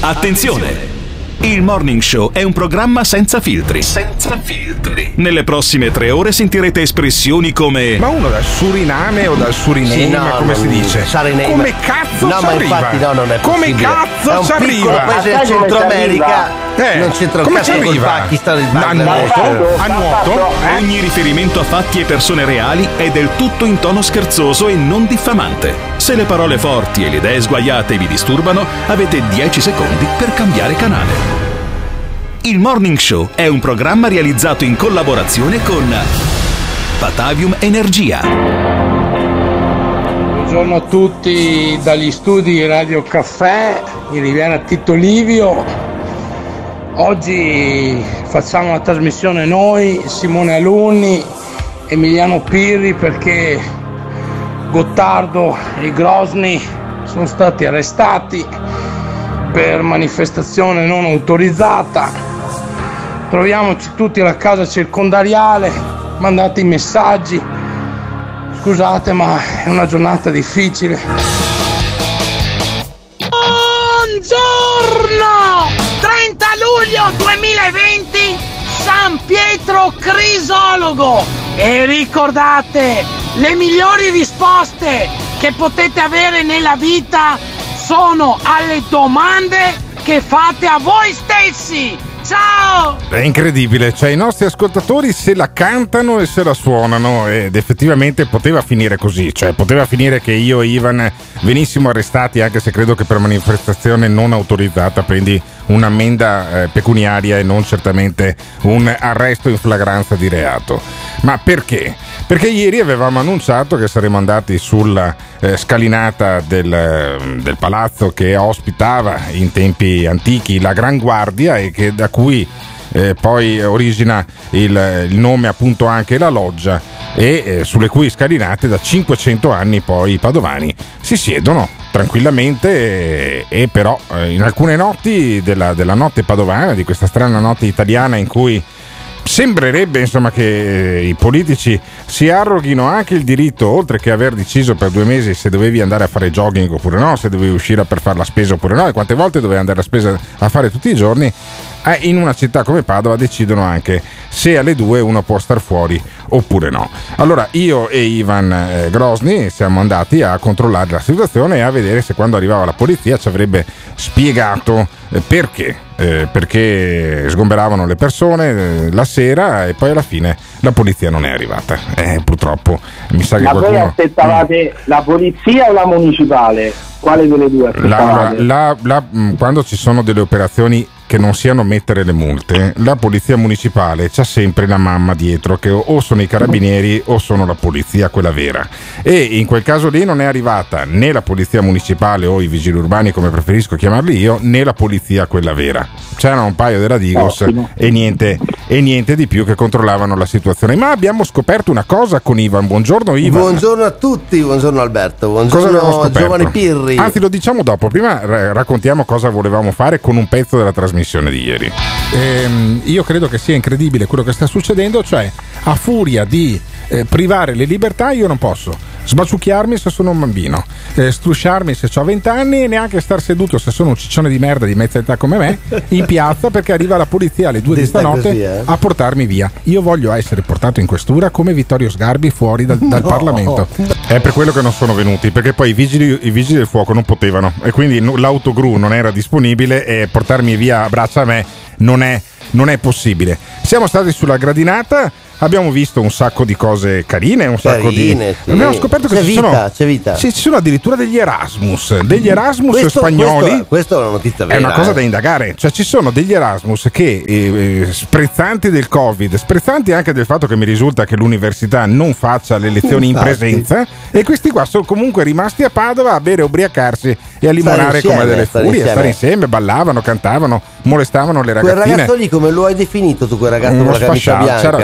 Attenzione! Il Morning Show è un programma senza filtri. Senza filtri. Nelle prossime 3 ore sentirete espressioni come: ma uno dal Suriname o dal Suriname, Sì, no, come si dice? Suriname. Come cazzo No, ci ma arriva? infatti no, non è Come possibile. cazzo È un ci piccolo arriva? paese del Centro America. Non c'entra un come cazzo ci col arriva? Pakistan, il A Bangladesh. nuoto? A nuoto? Ogni riferimento a fatti e persone reali è del tutto in tono scherzoso e non diffamante. Se le parole forti e le idee sguaiate vi disturbano, avete 10 secondi per cambiare canale. Il Morning Show è un programma realizzato in collaborazione con Batavium Energia. Buongiorno a tutti dagli studi Radio Caffè in Riviera Tito Livio. Oggi facciamo la trasmissione noi, Simone Alunni, Emiliano Pirri, perché Gottardo e Grosny sono stati arrestati per manifestazione non autorizzata. Troviamoci tutti alla casa circondariale, mandate i messaggi. Scusate, ma è una giornata difficile. Buongiorno! 30 luglio 2020, San Pietro Crisologo. E ricordate, le migliori risposte che potete avere nella vita sono alle domande che fate a voi stessi. Ciao! È incredibile, cioè i nostri ascoltatori se la cantano e se la suonano, ed effettivamente poteva finire così, cioè poteva finire che io e Ivan venissimo arrestati, anche se credo che per manifestazione non autorizzata prendi un'ammenda pecuniaria e non certamente un arresto in flagranza di reato. Ma perché? Perché ieri avevamo annunciato che saremmo andati sulla scalinata del palazzo che ospitava in tempi antichi la Gran Guardia e che da cui poi origina il nome appunto anche la loggia, e sulle cui scalinate da 500 anni poi i padovani si siedono tranquillamente, e però in alcune notti della notte padovana, di questa strana notte italiana in cui sembrerebbe insomma che i politici si arroghino anche il diritto, oltre che aver deciso per 2 mesi se dovevi andare a fare jogging oppure no, se dovevi uscire per fare la spesa oppure no, e quante volte dovevi andare a spesa a fare tutti i giorni, in una città come Padova decidono anche se alle 2 uno può star fuori oppure no. Allora io e Ivan Grosny siamo andati a controllare la situazione e a vedere se quando arrivava la polizia ci avrebbe spiegato perché sgomberavano le persone la sera, e poi alla fine la polizia non è arrivata. Purtroppo mi sa che ma qualcuno... voi aspettavate la polizia o la municipale? Quale delle due aspettavate? Quando ci sono delle operazioni che non siano mettere le multe, la polizia municipale c'ha sempre la mamma dietro, che o sono i carabinieri o sono la polizia, quella vera, e in quel caso lì non è arrivata né la polizia municipale o i vigili urbani, come preferisco chiamarli io, né la polizia quella vera. C'erano un paio della Digos e niente di più che controllavano la situazione. Ma abbiamo scoperto una cosa con Ivan. Buongiorno Ivan. Buongiorno a tutti, buongiorno Alberto, Cosa buongiorno giovane Pirri. Anzi, lo diciamo dopo, prima raccontiamo cosa volevamo fare con un pezzo della trasmissione di ieri. Io credo che sia incredibile quello che sta succedendo, cioè a furia di privare le libertà io non posso sbaciucchiarmi se sono un bambino, strusciarmi se ho 20 anni, e neanche star seduto se sono un ciccione di merda di mezza età come me in piazza perché arriva la polizia alle 2 di stanotte a portarmi via. Io voglio essere portato in questura come Vittorio Sgarbi fuori dal Parlamento. È per quello che non sono venuti, perché poi i vigili del fuoco non potevano, e quindi l'autogru non era disponibile, e portarmi via a braccia a me non è possibile. Siamo stati sulla gradinata, abbiamo visto un sacco di cose carine, abbiamo scoperto che c'è vita. Ci sono addirittura degli Erasmus spagnoli. Questa è una notizia vera. È una cosa da indagare, cioè ci sono degli Erasmus che sprezzanti del Covid, sprezzanti anche del fatto che mi risulta che l'università non faccia le lezioni in presenza, e questi qua sono comunque rimasti a Padova a bere, ubriacarsi e a limonare come delle furie, stare insieme, ballavano, cantavano, molestavano le ragazzine. Quel ragazzo lì come lo hai definito tu, quel ragazzo con la camicia bianca? C'era un ragazzo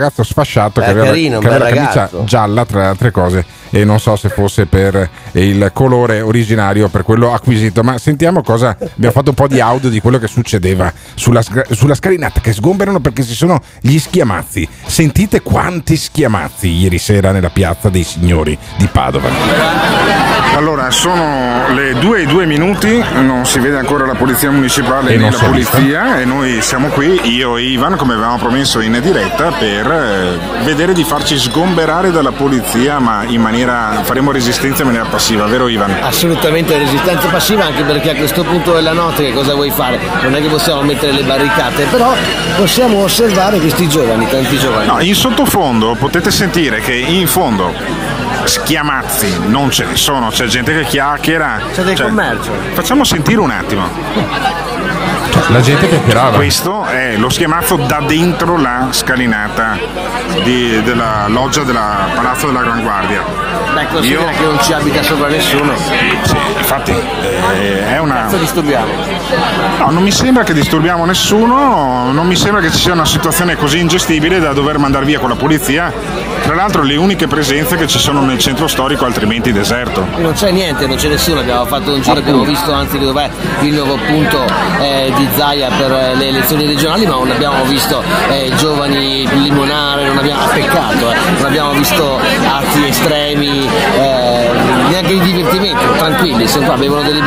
ragazzo sfasciato che aveva la camicia gialla, tra le altre cose, e non so se fosse per il colore originario, per quello acquisito. Ma sentiamo cosa abbiamo fatto, un po' di audio di quello che succedeva sulla scalinata, che sgomberano perché ci sono gli schiamazzi. Sentite quanti schiamazzi ieri sera nella piazza dei Signori di Padova. Allora, sono le 2:02, non si vede ancora la polizia municipale né la polizia, e noi siamo qui, io e Ivan, come avevamo promesso in diretta, per vedere di farci sgomberare dalla polizia, ma faremo resistenza in maniera passiva, vero Ivan? Assolutamente resistenza passiva, anche perché a questo punto della notte che cosa vuoi fare? Non è che possiamo mettere le barricate, però possiamo osservare questi giovani, tanti giovani. No, in sottofondo potete sentire che in fondo schiamazzi non ce ne sono, c'è gente che chiacchiera, c'è del commercio. Facciamo sentire un attimo. La gente che chiacchierava. Questo è lo schiamazzo da dentro la scalinata della loggia della Palazzo della Gran Guardia. Beh, considera che non ci abita sopra nessuno. Sì, infatti è una... Cosa disturbiamo? No, non mi sembra che disturbiamo nessuno, non mi sembra che ci sia una situazione così ingestibile da dover mandare via con la polizia. Tra l'altro le uniche presenze che ci sono nel centro storico, altrimenti deserto. Non c'è niente, non c'è nessuno, abbiamo fatto un giro, abbiamo visto anzi dov'è il nuovo punto di Zaia per le elezioni regionali, ma non abbiamo visto giovani limonare, non abbiamo peccato, non abbiamo visto atti estremi, neanche di divertimento, tranquilli, sono qua, bevono delle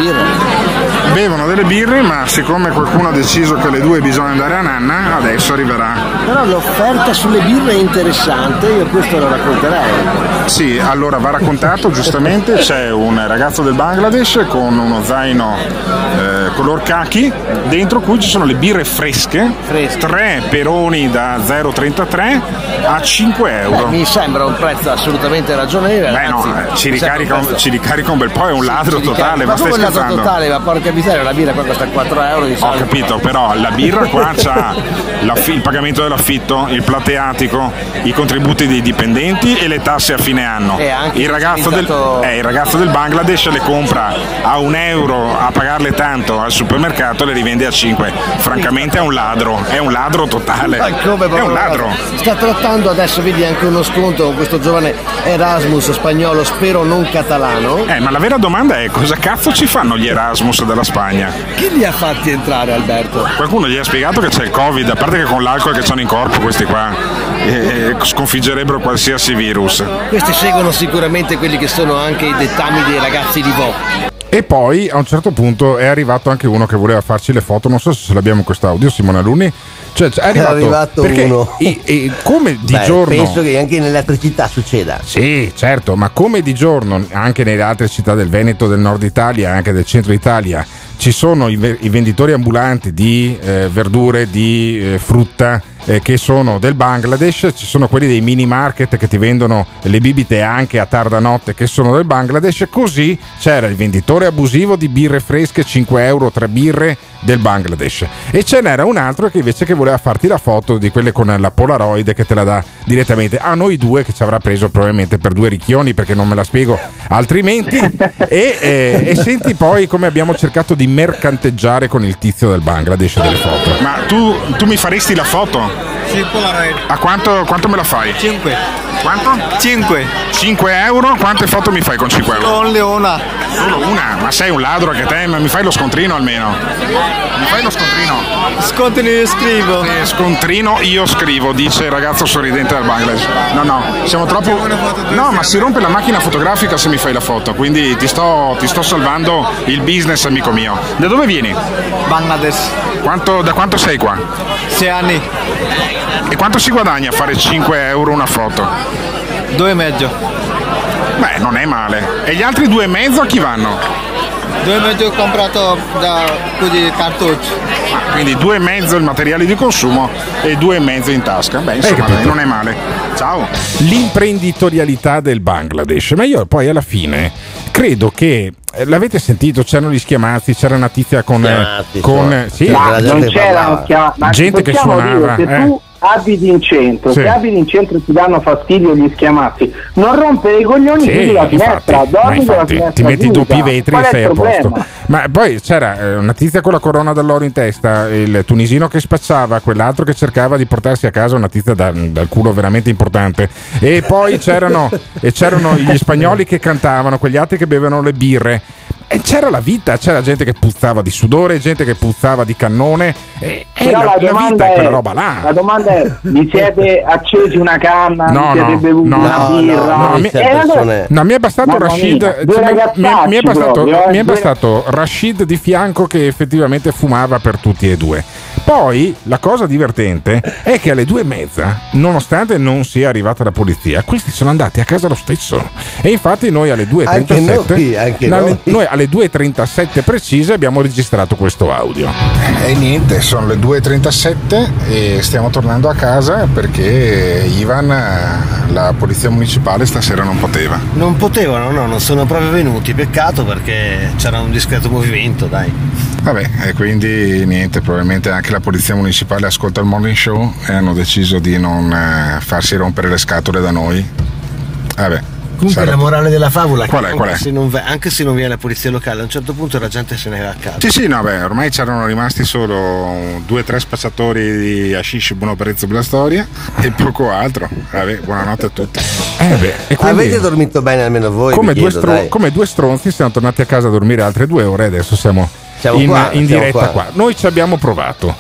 birre, ma siccome qualcuno ha deciso che alle 2 bisogna andare a nanna, adesso arriverà. Però l'offerta sulle birre è interessante, io questo lo racconterei. Sì, allora va raccontato, giustamente, c'è un ragazzo del Bangladesh con uno zaino color khaki, dentro cui ci sono le birre fresche. 3 peroni da 0,33 a 5 euro. Mi sembra un prezzo assolutamente ragionevole. Beh, no, ci ricarica un bel po', è un ladro totale, ma stai scherzando? Totale, ma porca miseria, la birra qua costa 4 euro di solito. Ho capito, però la birra qua c'ha il pagamento dell'affitto, il plateatico, i contributi dei dipendenti e le tasse a fine anno. Il ragazzo del Bangladesh le compra a 1 euro a pagarle tanto al supermercato, le rivende a 5. Francamente è un ladro totale. È un ladro. Sta trattando adesso, vedi, anche uno sconto con questo giovane Erasmus spagnolo, spero non catalano. Ma la vera domanda è: cosa cazzo ci fanno gli Erasmus dalla Spagna? Chi li ha fatti entrare, Alberto? Qualcuno gli ha spiegato che c'è il Covid, a parte che con l'alcol che c'hanno in corpo questi qua sconfiggerebbero qualsiasi virus. Questi seguono sicuramente quelli che sono anche i dettami dei ragazzi di Vo. E poi a un certo punto è arrivato anche uno che voleva farci le foto, non so se l'abbiamo in quest'audio, Simone Alunni. Cioè, è arrivato uno. Come di giorno. Penso che anche nelle altre città succeda. Sì, certo, ma come di giorno anche nelle altre città del Veneto, del nord Italia, anche del centro Italia, ci sono i venditori ambulanti di verdure, di frutta, che sono del Bangladesh, ci sono quelli dei mini market che ti vendono le bibite anche a tarda notte che sono del Bangladesh. Così c'era il venditore abusivo di birre fresche, 5 euro 3 birre del Bangladesh, e ce n'era un altro che invece che voleva farti la foto di quelle con la Polaroid che te la dà direttamente a noi due, che ci avrà preso probabilmente per 2 ricchioni, perché non me la spiego altrimenti. e senti poi come abbiamo cercato di mercanteggiare con il tizio del Bangladesh delle foto. Ma tu mi faresti la foto? Sì, Polaroid. A quanto me la fai? 5. Quanto? 5. 5 euro? Quante foto mi fai con 5 euro? Only una. Solo una? Ma sei un ladro anche te? Ma mi fai lo scontrino almeno? Mi fai lo scontrino? Scontrino io scrivo. Scontrino io scrivo, dice il ragazzo sorridente del Bangladesh. No, siamo troppo... No, ma si rompe la macchina fotografica se mi fai la foto, quindi ti sto salvando il business, amico mio. Da dove vieni? Bangladesh. Da quanto sei qua? 6 anni. E quanto si guadagna a fare 5 euro una foto? 2,5. Beh, non è male. E gli altri 2,5 a chi vanno? 2,5 ho comprato da cartucci. Quindi 2,5 il materiale di consumo e 2,5 in tasca. Beh, insomma, non è male. Ciao. L'imprenditorialità del Bangladesh. Ma io poi alla fine credo che l'avete sentito, c'erano gli schiamazzi, c'era una tizia con sì, non c'era gente che suonava. abiti in centro, se abiti in centro e ti danno fastidio gli schiamazzi, non rompere i coglioni, chiudi la finestra, dormi con la finestra ti metti i doppi vetri e sei a problema? posto. Ma poi c'era una tizia con la corona d'alloro in testa, il tunisino che spacciava, quell'altro che cercava di portarsi a casa una tizia dal culo veramente importante, e poi c'erano gli spagnoli che cantavano, quegli altri che bevevano le birre. E c'era la vita, c'era gente che puzzava di sudore, gente che puzzava di cannone, e la vita è quella roba là. La domanda è: vi siete accesi una canna? Vi siete bevuti una birra? Mi è bastato Rashid, mi è bastato Rashid di fianco che effettivamente fumava per tutti e due. Poi la cosa divertente è che alle 2:30, nonostante non sia arrivata la polizia, questi sono andati a casa lo stesso, e infatti noi alle 2:37 noi alle 2:37 precise abbiamo registrato questo audio. E niente, sono le 2:37 e stiamo tornando a casa perché Ivan, la polizia municipale, stasera non poteva. Non potevano, no, non sono proprio venuti, peccato, perché c'era un discreto movimento, dai. Vabbè, e quindi niente, probabilmente anche la polizia municipale ascolta il morning show e hanno deciso di non farsi rompere le scatole da noi. Vabbè. Comunque la morale della favola qual è? Anche se non viene la polizia locale, a un certo punto la gente se ne va a casa. Sì, no, beh, ormai c'erano rimasti solo 2 o 3 spacciatori di hashish buono prezzo per la storia e poco altro. Vabbè, buonanotte a tutti. E quindi, avete dormito bene almeno voi? Come due stronzi siamo tornati a casa a dormire altre 2 ore, adesso siamo in diretta qua. Noi ci abbiamo provato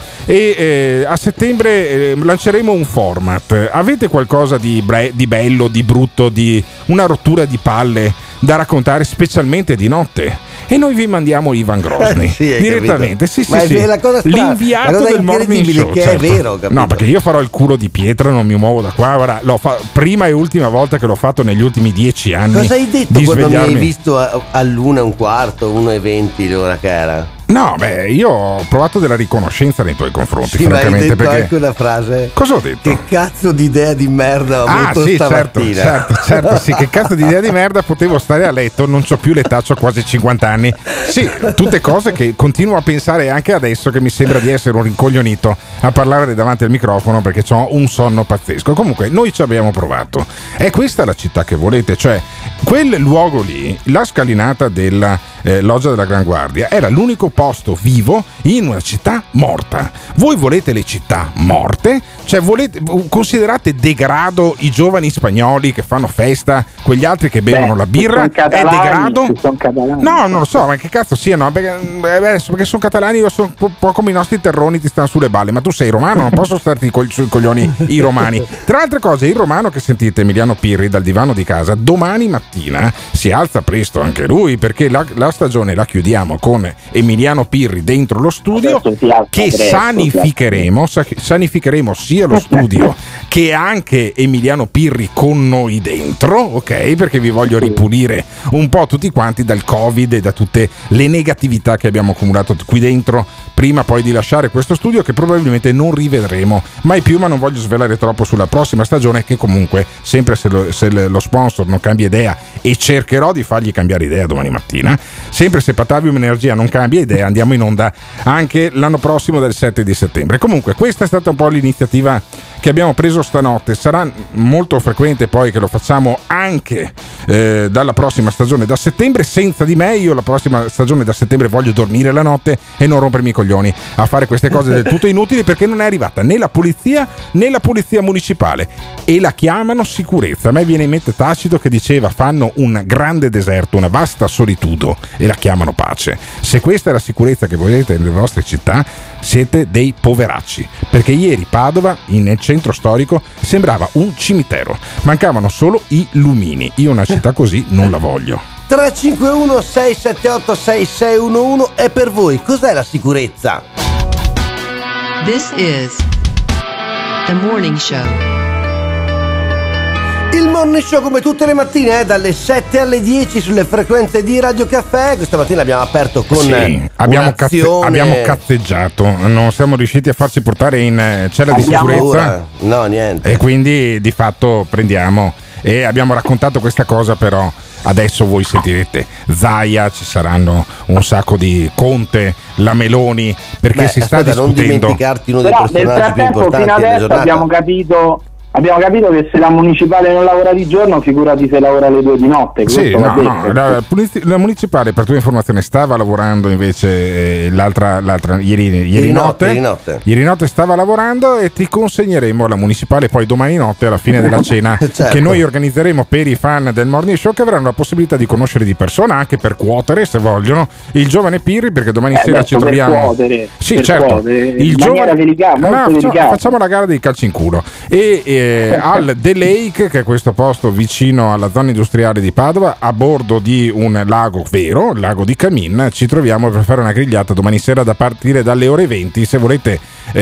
e a settembre lanceremo un format. Avete qualcosa di bello, di brutto, di una rottura di palle da raccontare, specialmente di notte? E noi vi mandiamo Ivan Grozny direttamente. Sì, la cosa l'inviato del morning show, che certo. È vero, capito? No, perché io farò il culo di pietra, non mi muovo da qua. Ora, prima e ultima volta che l'ho fatto negli ultimi 10 anni. Cosa hai detto quando mi hai visto all'1:15, 1:20 l'ora che era? No, beh, io ho provato della riconoscenza nei tuoi confronti, sì, francamente. Ma hai detto perché anche una frase. Cosa ho detto? Che cazzo di idea di merda ho avuto stamattina. Certo, sì, che cazzo di idea di merda, potevo stare a letto, non c'ho più l'età, c'ho quasi 50 anni. Sì, tutte cose che continuo a pensare anche adesso, che mi sembra di essere un rincoglionito a parlare davanti al microfono perché ho un sonno pazzesco. Comunque, noi ci abbiamo provato. È questa la città che volete? Cioè, quel luogo lì, la scalinata della Loggia della Gran Guardia, era l'unico posto vivo in una città morta. Voi volete le città morte? Cioè considerate degrado i giovani spagnoli che fanno festa, quegli altri che bevono la birra? È degrado? No, non lo so, ma che cazzo siano? Perché sono catalani, io sono un po' come i nostri terroni, ti stanno sulle balle. Ma tu sei romano, non posso starti sui coglioni i romani. Tra altre cose, il romano che sentite, Emiliano Pirri, dal divano di casa, domani mattina si alza presto anche lui, perché la stagione la chiudiamo con Emiliano Pirri dentro lo studio, che sanificheremo sia lo studio che anche Emiliano Pirri con noi dentro, ok? Perché vi voglio ripulire un po' tutti quanti dal Covid e da tutte le negatività che abbiamo accumulato qui dentro prima poi di lasciare questo studio, che probabilmente non rivedremo mai più, ma non voglio svelare troppo sulla prossima stagione, che comunque sempre se lo sponsor non cambia idea, e cercherò di fargli cambiare idea domani mattina, sempre se Patavium Energia non cambia idea, andiamo in onda anche l'anno prossimo del 7 di settembre. Comunque questa è stata un po' l'iniziativa che abbiamo preso stanotte. Sarà molto frequente poi che lo facciamo anche dalla prossima stagione, da settembre, senza di me. Io la prossima stagione da settembre voglio dormire la notte e non rompermi i coglioni a fare queste cose del tutto inutili, perché non è arrivata né la polizia municipale, e la chiamano sicurezza. A me viene in mente Tacito che diceva: fanno un grande deserto, una vasta solitudo, e la chiamano pace. Se questa è la sicurezza che volete nelle vostre città, siete dei poveracci, perché ieri Padova, nel centro storico, sembrava un cimitero, mancavano solo i lumini. Io una città così non la voglio. 351 678 6611 è per voi. Cos'è la sicurezza? This is The Morning Show. Il Morning Show come tutte le mattine, dalle 7 alle 10 sulle frequenze di Radio Caffè. Questa mattina abbiamo aperto con abbiamo cazzeggiato, non siamo riusciti a farci portare in cella di sicurezza. No, niente. E quindi di fatto prendiamo e abbiamo raccontato questa cosa, però adesso voi sentirete Zaia, ci saranno un sacco di Conte, la Meloni, perché si sta discutendo. Non dimenticarti uno dei Però nel personaggi più frattempo importanti fino della adesso giornata. abbiamo capito che se la municipale non lavora di giorno, figurati se lavora alle 2 di notte. Sì, la municipale, per tua informazione, stava lavorando invece l'altra ieri notte stava lavorando, e ti consegneremo alla municipale poi domani notte alla fine della cena certo, che noi organizzeremo per i fan del Morning Show, che avranno la possibilità di conoscere di persona, anche per cuotere se vogliono, il giovane Pirri, perché domani sera ci troviamo il giovane facciamo la gara dei calci in culo al The Lake, che è questo posto vicino alla zona industriale di Padova, a bordo di un lago vero, il lago di Camin. Ci troviamo per fare una grigliata domani sera da partire dalle ore 20. Se volete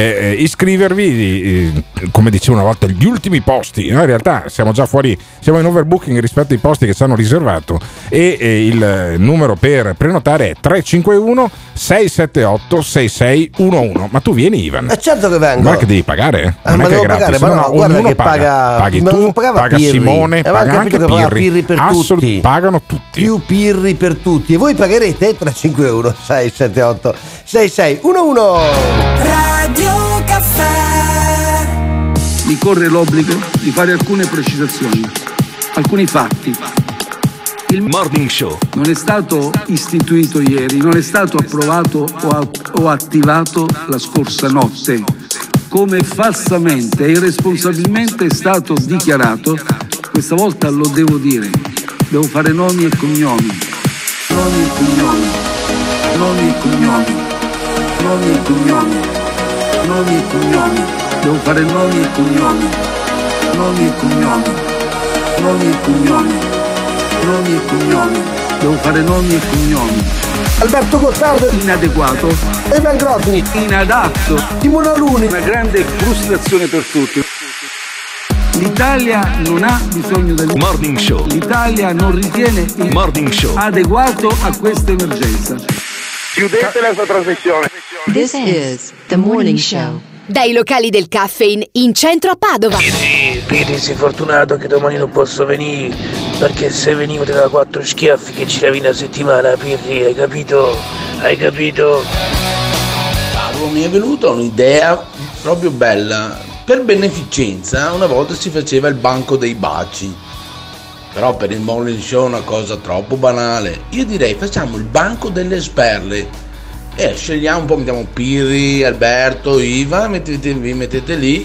iscrivervi, come dicevo una volta, gli ultimi posti, no? In realtà siamo già fuori, siamo in overbooking rispetto ai posti che ci hanno riservato, e il numero per prenotare è 351 678 6611. Ma tu vieni, Ivan? Certo che vengo. Ma che devi pagare? Non è che è gratis, pagare, ma no, guarda che paghi tu, paga Pirri. Simone, paga anche Pirri per tutti. Pagano tutti. Più Pirri per tutti. E voi pagherete 351 678 6611. Radio Caffè. Mi corre l'obbligo di fare alcune precisazioni, alcuni fatti. Il Morning Show non è stato istituito ieri, non è stato approvato o attivato la scorsa notte, come falsamente e irresponsabilmente è stato dichiarato. Questa volta lo devo dire, devo fare nomi e cognomi, nomi e cognomi, nomi e cognomi, nomi e cognomi, nomi e cognomi, devo fare nomi e cognomi, nomi e cognomi, nomi e cognomi, nomi e cognomi, devo fare nomi e cognomi. Alberto Gottardo inadeguato, Evan Grotni inadatto, Timone Aluni, una grande frustrazione per tutti. L'Italia non ha bisogno del Morning Show. L'Italia non ritiene il Morning Show adeguato a questa emergenza. Chiudete la sua trasmissione. This is the Morning Show. Dai locali del Caffeine in centro a Padova. Pirri, sei fortunato che domani non posso venire, perché se venivo ti dava 4 schiaffi che ci lavi una settimana, Pirri, hai capito? Hai capito? Mi è venuta un'idea proprio bella. Per beneficenza una volta si faceva il banco dei baci, però per il Morning Show è una cosa troppo banale. Io direi facciamo il banco delle sperle. Scegliamo un po', mettiamo Pirri, Alberto, Iva, vi mettete lì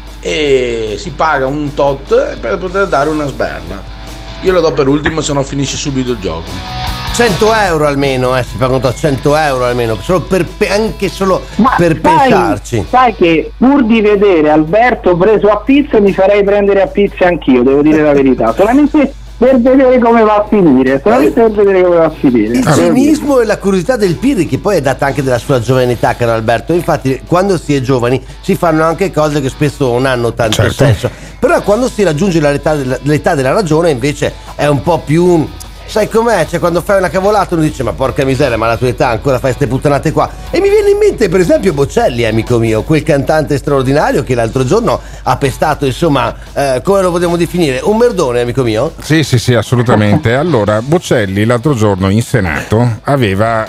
e si paga un tot per poter dare una sberla. Io lo do per ultimo, se no finisce subito il gioco. 100 euro almeno, si pagano 100 euro almeno, solo anche solo per pensarci. Sai che pur di vedere Alberto preso a pizza mi farei prendere a pizza anch'io, devo dire la verità, solamente per vedere come va a finire, Il cinismo e la curiosità del Pirri, che poi è data anche della sua giovanità, caro Alberto. Infatti quando si è giovani si fanno anche cose che spesso non hanno tanto senso, però quando si raggiunge l'età della ragione invece è un po' più... Sai com'è? Cioè, quando fai una cavolata uno dice: ma porca miseria, ma alla tua età ancora fai ste puttanate qua. E mi viene in mente per esempio Bocelli, amico mio, quel cantante straordinario che l'altro giorno ha pestato, insomma, come lo vogliamo definire? Un merdone, amico mio? Sì, assolutamente. Allora, Bocelli l'altro giorno in Senato aveva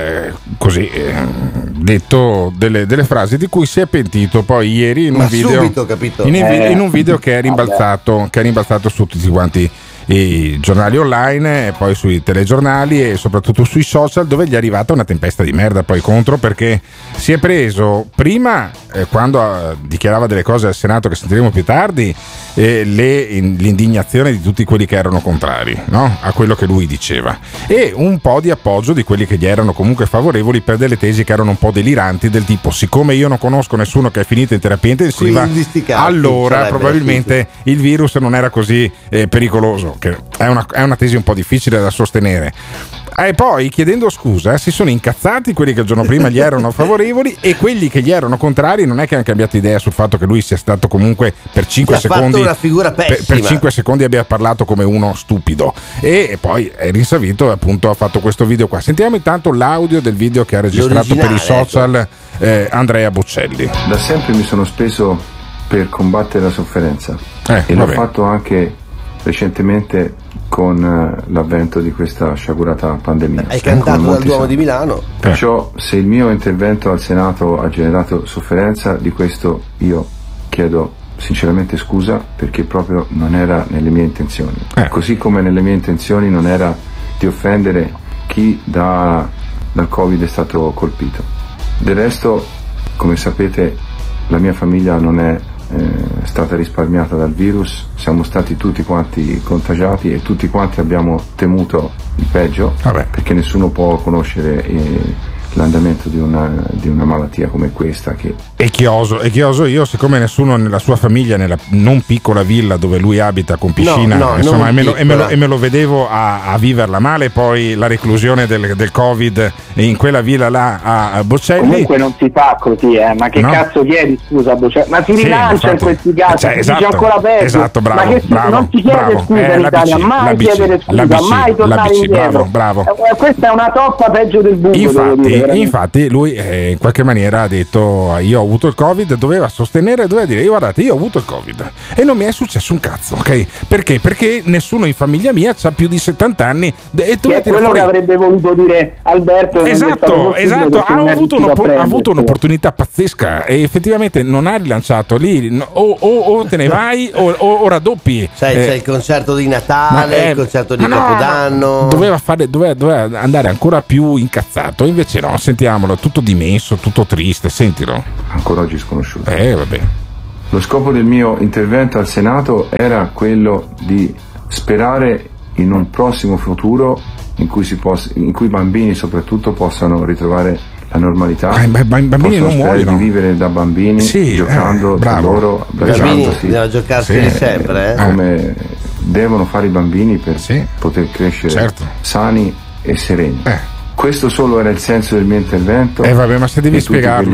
detto delle frasi di cui si è pentito poi ieri in un video, subito, capito? In un video che è rimbalzato su tutti quanti i giornali online e poi sui telegiornali e soprattutto sui social, dove gli è arrivata una tempesta di merda poi contro, perché si è preso prima, quando dichiarava delle cose al Senato che sentiremo più tardi, l'indignazione di tutti quelli che erano contrari, no? A quello che lui diceva, e un po' di appoggio di quelli che gli erano comunque favorevoli per delle tesi che erano un po' deliranti, del tipo: siccome io non conosco nessuno che è finito in terapia intensiva, allora probabilmente il virus non era così pericoloso, che è una tesi un po' difficile da sostenere. E poi, chiedendo scusa, si sono incazzati quelli che il giorno prima gli erano favorevoli, e quelli che gli erano contrari non è che hanno cambiato idea sul fatto che lui sia stato comunque per 5 secondi una figura pessima. Per 5 secondi abbia parlato come uno stupido, e poi è rinsavito, appunto ha fatto questo video qua. Sentiamo intanto l'audio del video che ha registrato per i social Andrea Bocelli. Da sempre mi sono speso per combattere la sofferenza e l'ho fatto anche recentemente con l'avvento di questa sciagurata pandemia. Hai cantato dal Duomo di Milano. Perciò, se il mio intervento al Senato ha generato sofferenza, di questo io chiedo sinceramente scusa, perché proprio non era nelle mie intenzioni. Così come nelle mie intenzioni non era di offendere chi dal Covid è stato colpito. Del resto, come sapete, la mia famiglia non è stata risparmiata dal virus, siamo stati tutti quanti contagiati e tutti quanti abbiamo temuto il peggio, perché nessuno può conoscere l'andamento di una malattia come questa. E chi oso io, siccome nessuno nella sua famiglia, nella non piccola villa dove lui abita con piscina, insomma, e me lo vedevo a viverla male, poi la reclusione del Covid in quella villa là a Bocelli. Comunque non si fa così, ma che cazzo chiedi scusa Bocelli? Ma si rilancia in questi casi, si dice ancora peggio. Esatto, bravo, ma che non si chiede scusa in Italia, mai chiedere scusa, mai tornare indietro. Bravo. Questa è una toppa peggio del buco. Infatti lui in qualche maniera ha detto: io ho avuto il Covid, doveva dire: guardate, io ho avuto il Covid e non mi è successo un cazzo, ok? Perché nessuno in famiglia mia ha più di 70 anni e tu è quello che avrebbe voluto dire Alberto. Esatto, ha avuto un'opportunità pazzesca e effettivamente non ha rilanciato lì, o te ne vai o raddoppi. C'è il concerto di Natale, il concerto di Capodanno. Doveva andare ancora più incazzato, invece no, sentiamolo, tutto dimesso, tutto triste, sentilo. Ancora oggi sconosciuto. Vabbè. Lo scopo del mio intervento al Senato era quello di sperare in un prossimo futuro in cui i bambini soprattutto possano ritrovare la normalità. I bambini non muoiono. Di vivere da bambini, giocando tra loro, abbracciandosi. Devono giocarsi sempre, come devono fare i bambini per poter crescere sani e sereni. Questo solo era il senso del mio intervento. Vabbè, ma se devi spiegarlo,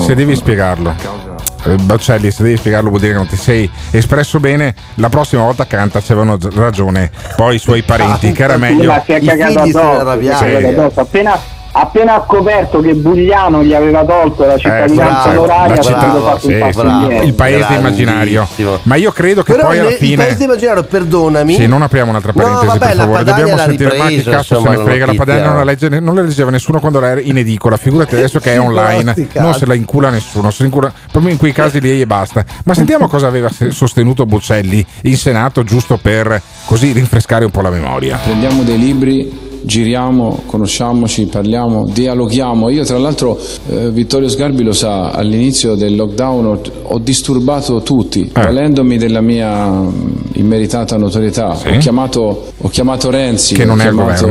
Bocelli, se devi spiegarlo vuol dire che non ti sei espresso bene. La prossima volta canta, c'avevano ragione poi i suoi parenti, che era meglio. Ma si è cagato addosso. Appena ha scoperto che Bugliano gli aveva tolto la cittadinanza onoraria, il paese immaginario. Ma io credo che poi alla fine il paese immaginario, perdonami. Sì, non apriamo un'altra parentesi, per favore. Dobbiamo sentire, ma che cazzo se ne frega, la Padania non la leggeva nessuno quando era in edicola, figurati adesso che è online, non se la incula nessuno, se incula proprio in quei casi lì e basta. Ma sentiamo cosa aveva sostenuto Bocelli in Senato, giusto per così rinfrescare un po' la memoria. Prendiamo dei libri, giriamo, conosciamoci, parliamo, dialoghiamo. Io tra l'altro, Vittorio Sgarbi lo sa, all'inizio del lockdown ho disturbato tutti, valendomi della mia immeritata notorietà. Ho chiamato Renzi, che non ho è chiamato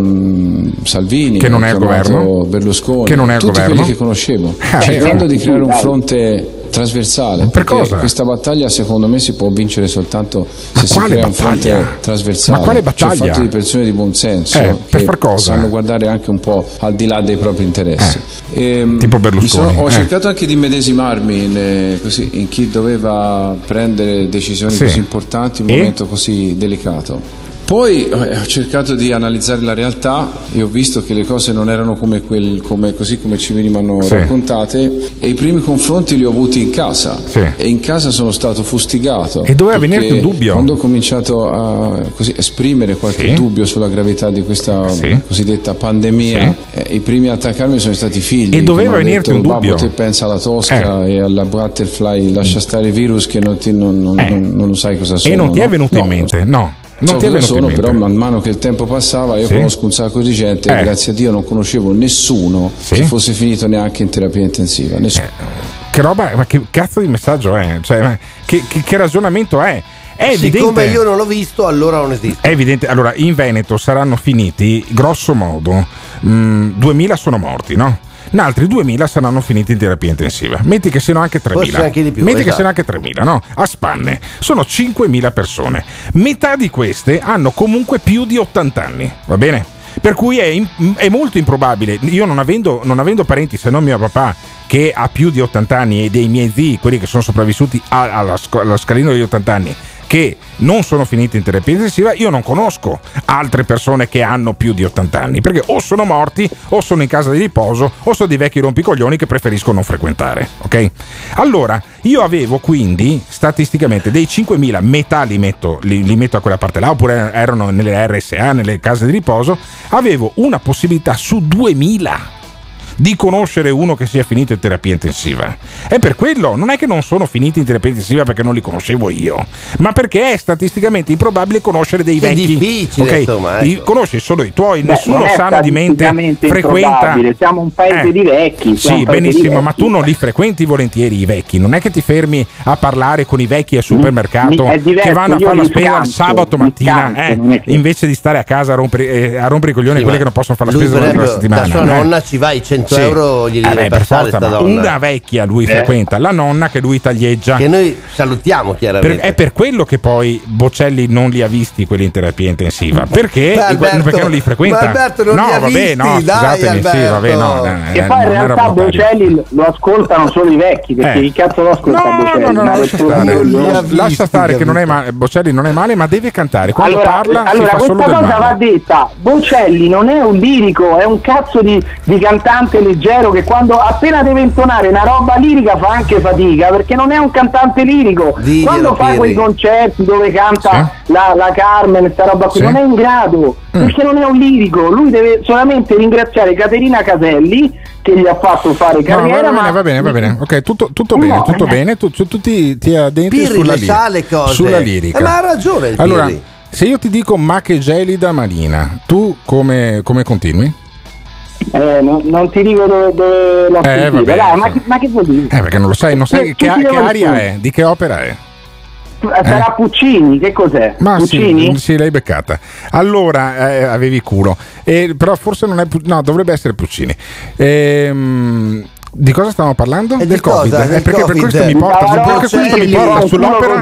Salvini, che non è il governo, Berlusconi, che non è il tutti governo, quelli che conoscevo, cercando di creare un fronte trasversale. Per cosa? Questa battaglia secondo me si può vincere soltanto se si crea un fronte trasversale. Ma quale battaglia? Cioè, fatto di persone di buon senso per far cosa? Sanno guardare anche un po' al di là dei propri interessi. Tipo Berlusconi. Ho cercato anche di medesimarmi in chi doveva prendere decisioni così importanti in un momento così delicato. Poi ho cercato di analizzare la realtà e ho visto che le cose non erano così come ci venivano raccontate, e i primi confronti li ho avuti in casa, e in casa sono stato fustigato. E doveva venirti un dubbio? Quando ho cominciato a esprimere qualche dubbio sulla gravità di questa cosiddetta pandemia, i primi a attaccarmi sono stati i figli. E doveva venirti un dubbio? Te pensa alla tosca e alla butterfly, lascia stare i virus che non lo sai cosa sono. E non ti è venuto in mente? No. Non ti sono, però man mano che il tempo passava io conosco un sacco di gente e grazie a Dio non conoscevo nessuno che fosse finito neanche in terapia intensiva, nessuno. Che roba, ma che cazzo di messaggio è? Cioè, che ragionamento è? È evidente. Siccome io non l'ho visto, allora non esiste. È evidente. Allora, in Veneto saranno finiti, grosso modo, 2000 sono morti, no? Altri 2000 saranno finiti in terapia intensiva. Metti che siano anche 3000. Anche di più, Metti che siano anche 3000, no? A spanne. Sono 5000 persone. Metà di queste hanno comunque più di 80 anni. Va bene? Per cui è molto improbabile. Io non avendo parenti, se non mio papà, che ha più di 80 anni, e dei miei zii, quelli che sono sopravvissuti allo scalino degli 80 anni, che non sono finiti in terapia intensiva, io non conosco altre persone che hanno più di 80 anni, perché o sono morti o sono in casa di riposo o sono dei vecchi rompicoglioni che preferisco non frequentare, ok? Allora, io avevo quindi statisticamente dei 5.000, metà li metto a quella parte là, oppure erano nelle RSA, nelle case di riposo, avevo una possibilità su 2.000 di conoscere uno che sia finito in terapia intensiva. È per quello, non è che non sono finiti in terapia intensiva perché non li conoscevo io, ma perché è statisticamente improbabile conoscere dei vecchi. È difficile, okay? Insomma, ecco. Conosci solo i tuoi, nessuno sano di mente frequenta. Siamo un paese di vecchi. Sì, benissimo, ma tu non li frequenti volentieri i vecchi, non è che ti fermi a parlare con i vecchi al supermercato che vanno a fare la spesa il sabato mattina, invece di stare a casa a rompere i coglioni quelli che non possono fare la spesa durante la settimana. La sua nonna ci va, i 100 euro gli deve passare sta donna. Una vecchia lui frequenta, la nonna che lui taglieggia, che noi salutiamo chiaramente. È per quello che poi Bocelli non li ha visti quelli in terapia intensiva, perché non li frequenta. Ma Alberto non li ha visti, scusatemi, dai, Alberto. E poi in realtà Bocelli lo ascoltano solo i vecchi, perché chi cazzo lo ascolta Bocelli? Lascia stare che non è Bocelli non è male, ma deve cantare. Quando parla si fa solo del male. Questa cosa va detta: Bocelli non è un lirico, è un cazzo di cantante leggero che quando appena deve intonare una roba lirica fa anche fatica, perché non è un cantante lirico. Quando fa quei concerti dove canta la Carmen, sta roba qui, non è in grado, perché non è un lirico. Lui deve solamente ringraziare Caterina Caselli che gli ha fatto fare carriera. Va bene, ok, tutto bene, tu ti addentri sulla lirica. Ma ha ragione il allora, se io ti dico ma che gelida Marina, tu come continui? Non ti dico dove l'ho sentita. Dai, ma che vuol dire? Perché non lo sai, non sai che aria è, di che opera è. Sarà Puccini, che cos'è? Ma Puccini? Sì, l'hai beccata. Allora, avevi culo. Però forse non è dovrebbe essere Puccini. Di cosa stavamo parlando? Del Covid. Perché per questo mi porta sull'opera.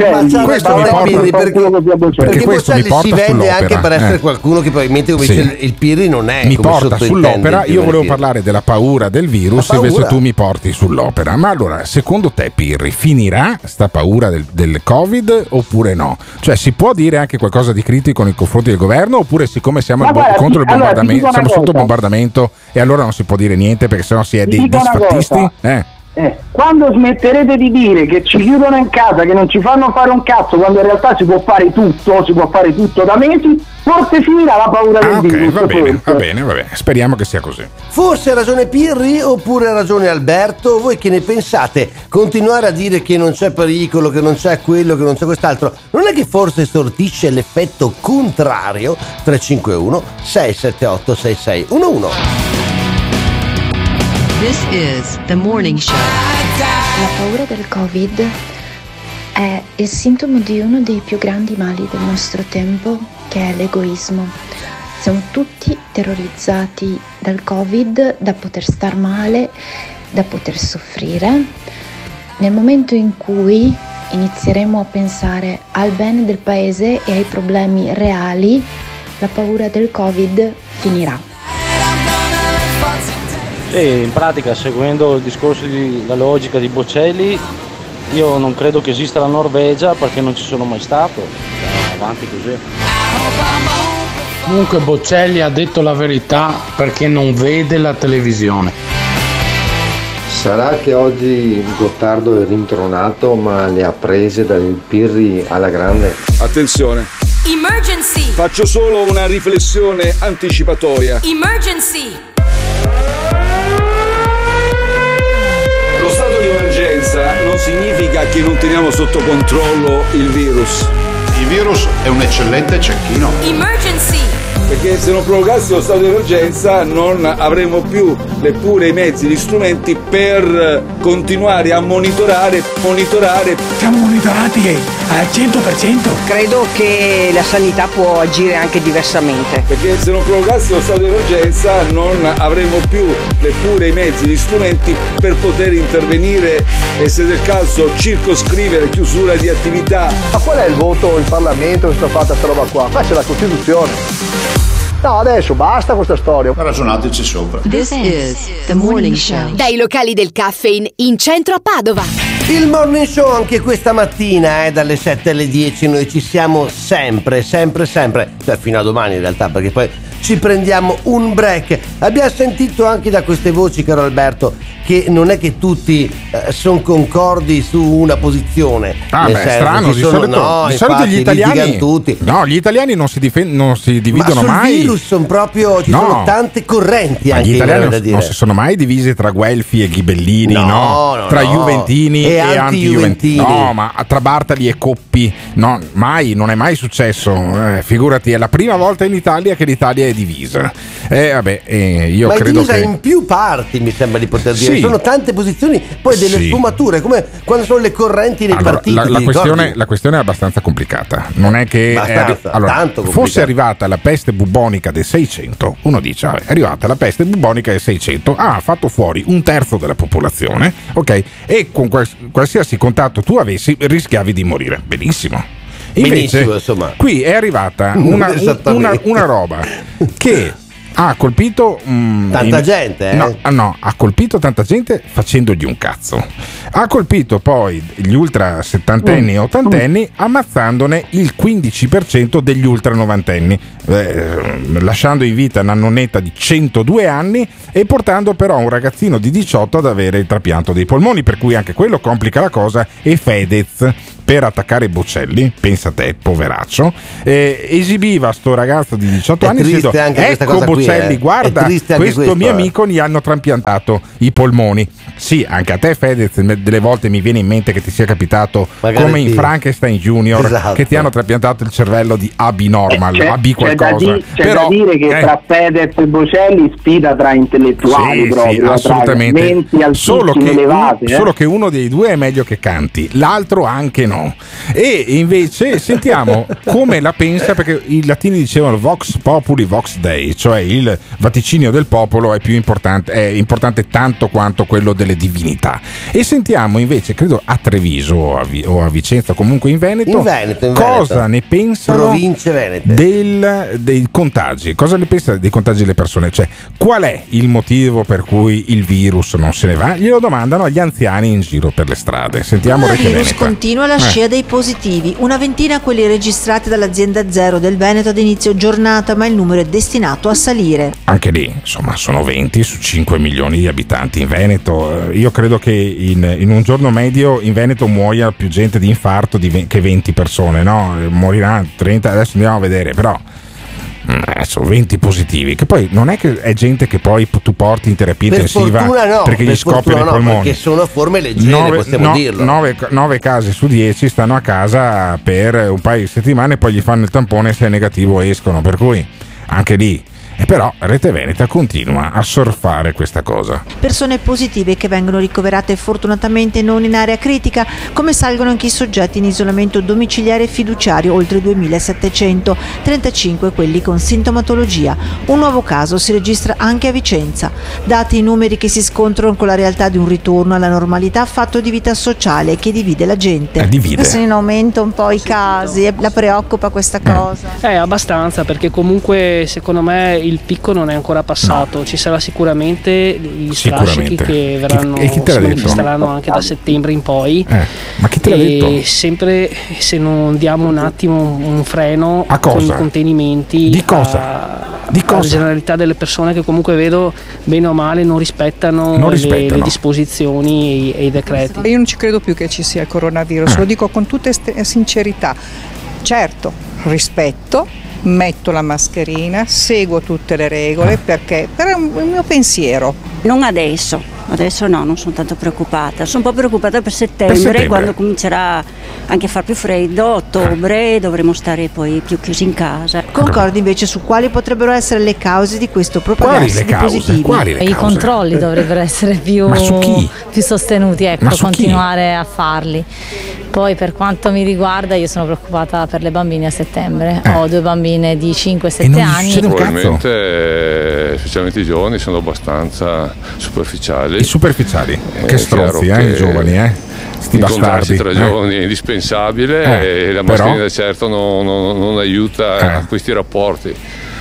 Perché questo mi porta si vende anche per essere qualcuno che probabilmente, come dice il Pirri, non è. Mi porta sull'opera. Io volevo parlare della paura del virus, invece tu mi porti sull'opera. Ma allora, secondo te, Pirri, finirà sta paura del Covid oppure no? Cioè, si può dire anche qualcosa di critico nei confronti del governo, oppure siccome siamo contro il bombardamento, siamo sotto bombardamento e allora non si può dire niente perché sennò si è dei disfattisti? Quando smetterete di dire che ci chiudono in casa, che non ci fanno fare un cazzo, quando in realtà si può fare tutto da mesi, forse finirà la paura del virus. Va bene, speriamo che sia così. Forse ha ragione Pirri oppure ha ragione Alberto? Voi che ne pensate? Continuare a dire che non c'è pericolo, che non c'è quello, che non c'è quest'altro, non è che forse sortisce l'effetto contrario? 351 678 6611. This is the morning show. La paura del Covid è il sintomo di uno dei più grandi mali del nostro tempo, che è l'egoismo. Siamo tutti terrorizzati dal Covid, da poter star male, da poter soffrire. Nel momento in cui inizieremo a pensare al bene del paese e ai problemi reali, la paura del Covid finirà. E in pratica, seguendo il discorso la logica di Bocelli, io non credo che esista la Norvegia perché non ci sono mai stato. Avanti così. Comunque Bocelli ha detto la verità perché non vede la televisione. Sarà che oggi Gottardo è rintronato, ma le ha prese dal Pirri alla grande. Attenzione. Emergency. Faccio solo una riflessione anticipatoria. Emergency. Lo stato di emergenza non significa che non teniamo sotto controllo il virus. Il virus è un eccellente cecchino. Emergency. Perché se non prorogassi lo stato di emergenza non avremo più neppure i mezzi, gli strumenti per continuare a monitorare. Siamo monitorati al 100%. Credo che la sanità può agire anche diversamente. Perché se non prorogassi lo stato di emergenza non avremo più neppure i mezzi, gli strumenti per poter intervenire e, se del caso, circoscrivere chiusura di attività. Ma qual è il voto in Parlamento che sta fatta sta roba qua? Qua c'è la Costituzione. No, adesso basta questa storia. Ragionateci sopra. This is the morning show. Dai locali del Caffeine in centro a Padova. Il Morning Show anche questa mattina, dalle 7 alle 10, noi ci siamo sempre, cioè fino a domani in realtà, perché poi ci prendiamo un break. Abbiamo sentito anche da queste voci, caro Alberto, che non è che tutti sono concordi su una posizione. Strano, di solito gli italiani tutti. No, gli italiani non si dividono mai. Sul virus sono proprio, ci sono tante correnti anche. Gli italiani non si sono mai divisi tra guelfi e ghibellini, tra juventini e anti-juventini. No, ma tra Bartali e Coppi, no, mai, non è mai successo. Figurati, è la prima volta in Italia che l'Italia è divisa. Io ma credo è divisa in più parti, mi sembra di poter dire. Ci sono tante posizioni, poi delle sfumature, come quando sono le correnti nei partiti. La questione è abbastanza complicata. Non è che fosse arrivata la peste bubbonica del 600, uno dice è arrivata la peste bubbonica del 600, ha fatto fuori un terzo della popolazione, ok? E con qualsiasi contatto tu avessi rischiavi di morire. Benissimo. Invece qui è arrivata una roba che ha colpito tanta gente, ha colpito tanta gente facendogli un cazzo. Ha colpito poi gli ultra settantenni e ottantenni ammazzandone il 15% degli ultra novantenni, lasciando in vita una nonnetta di 102 anni e portando però un ragazzino di 18 ad avere il trapianto dei polmoni, per cui anche quello complica la cosa. E Fedez, per attaccare Bocelli, pensa te, poveraccio, esibiva sto ragazzo di 18 anni dicendo: ecco Bocelli, guarda, questo mio amico gli hanno trapiantato i polmoni. Sì, anche a te Fedez delle volte mi viene in mente che ti sia capitato magari come in Frankenstein Junior, che ti hanno trapiantato il cervello di AB normal, AB qualcosa. C'è da dire che tra Fedez e Bocelli sfida tra intellettuali, proprio, assolutamente. Tra solo che uno dei due è meglio che canti, l'altro anche no. E invece sentiamo come la pensa, perché i latini dicevano Vox Populi Vox Dei, cioè il vaticinio del popolo è più importante, è importante tanto quanto quello delle divinità. E sentiamo invece, credo a Treviso o a Vicenza, comunque in Veneto, cosa ne pensano province venete dei contagi, cosa ne pensa dei contagi delle persone, cioè qual è il motivo per cui il virus non se ne va? Glielo domandano agli anziani in giro per le strade. Sentiamo il virus continua la scia dei positivi, una ventina quelli registrati dall'azienda Zero del Veneto ad inizio giornata, ma il numero è destinato a salire. Anche lì, insomma, sono 20 su 5 milioni di abitanti in Veneto. Io credo che in un giorno medio in Veneto muoia più gente di infarto che 20 persone, no? Morirà 30, adesso andiamo a vedere, però sono 20 positivi, che poi non è che è gente che poi tu porti in terapia intensiva perché gli scoprono i polmoni, perché sono forme leggere, possiamo dirlo. 9 casi su 10 stanno a casa per un paio di settimane, poi gli fanno il tampone, se è negativo escono, per cui anche lì. E però Rete Veneta continua a surfare questa cosa. Persone positive che vengono ricoverate fortunatamente non in area critica, come salgono anche i soggetti in isolamento domiciliare e fiduciario, oltre 2.700, 35 quelli con sintomatologia. Un nuovo caso si registra anche a Vicenza. Dati i numeri che si scontrano con la realtà di un ritorno alla normalità fatto di vita sociale che divide la gente. Sono in aumento un po' i casi, la preoccupa questa cosa? Abbastanza, perché comunque secondo me il picco non è ancora passato, ci sarà sicuramente i strascichi che verranno, si manifesteranno anche da settembre in poi. Ma chi te l'ha detto? Sempre se non diamo un attimo un freno con i contenimenti, di cosa? La generalità delle persone che comunque vedo bene o male non rispettano le disposizioni e i decreti. Io non ci credo più che ci sia il coronavirus, lo dico con tutta sincerità. Certo, rispetto, metto la mascherina, seguo tutte le regole perché per il mio pensiero. Non adesso no, non sono tanto preoccupata, sono un po' preoccupata per settembre, quando comincerà anche a far più freddo, ottobre dovremo stare poi più chiusi in casa. Concordi invece su quali potrebbero essere le cause di questo propagarsi di positivi? I controlli dovrebbero essere più sostenuti, continuare a farli. Poi per quanto mi riguarda io sono preoccupata per le bambine a settembre, ho 2 bambine di 5-7 anni. Probabilmente specialmente i giovani sono abbastanza superficiali. I superficiali, che stronzi, i giovani, sti bastardi. Tra giovani è indispensabile e la mascherina certo non aiuta a questi rapporti.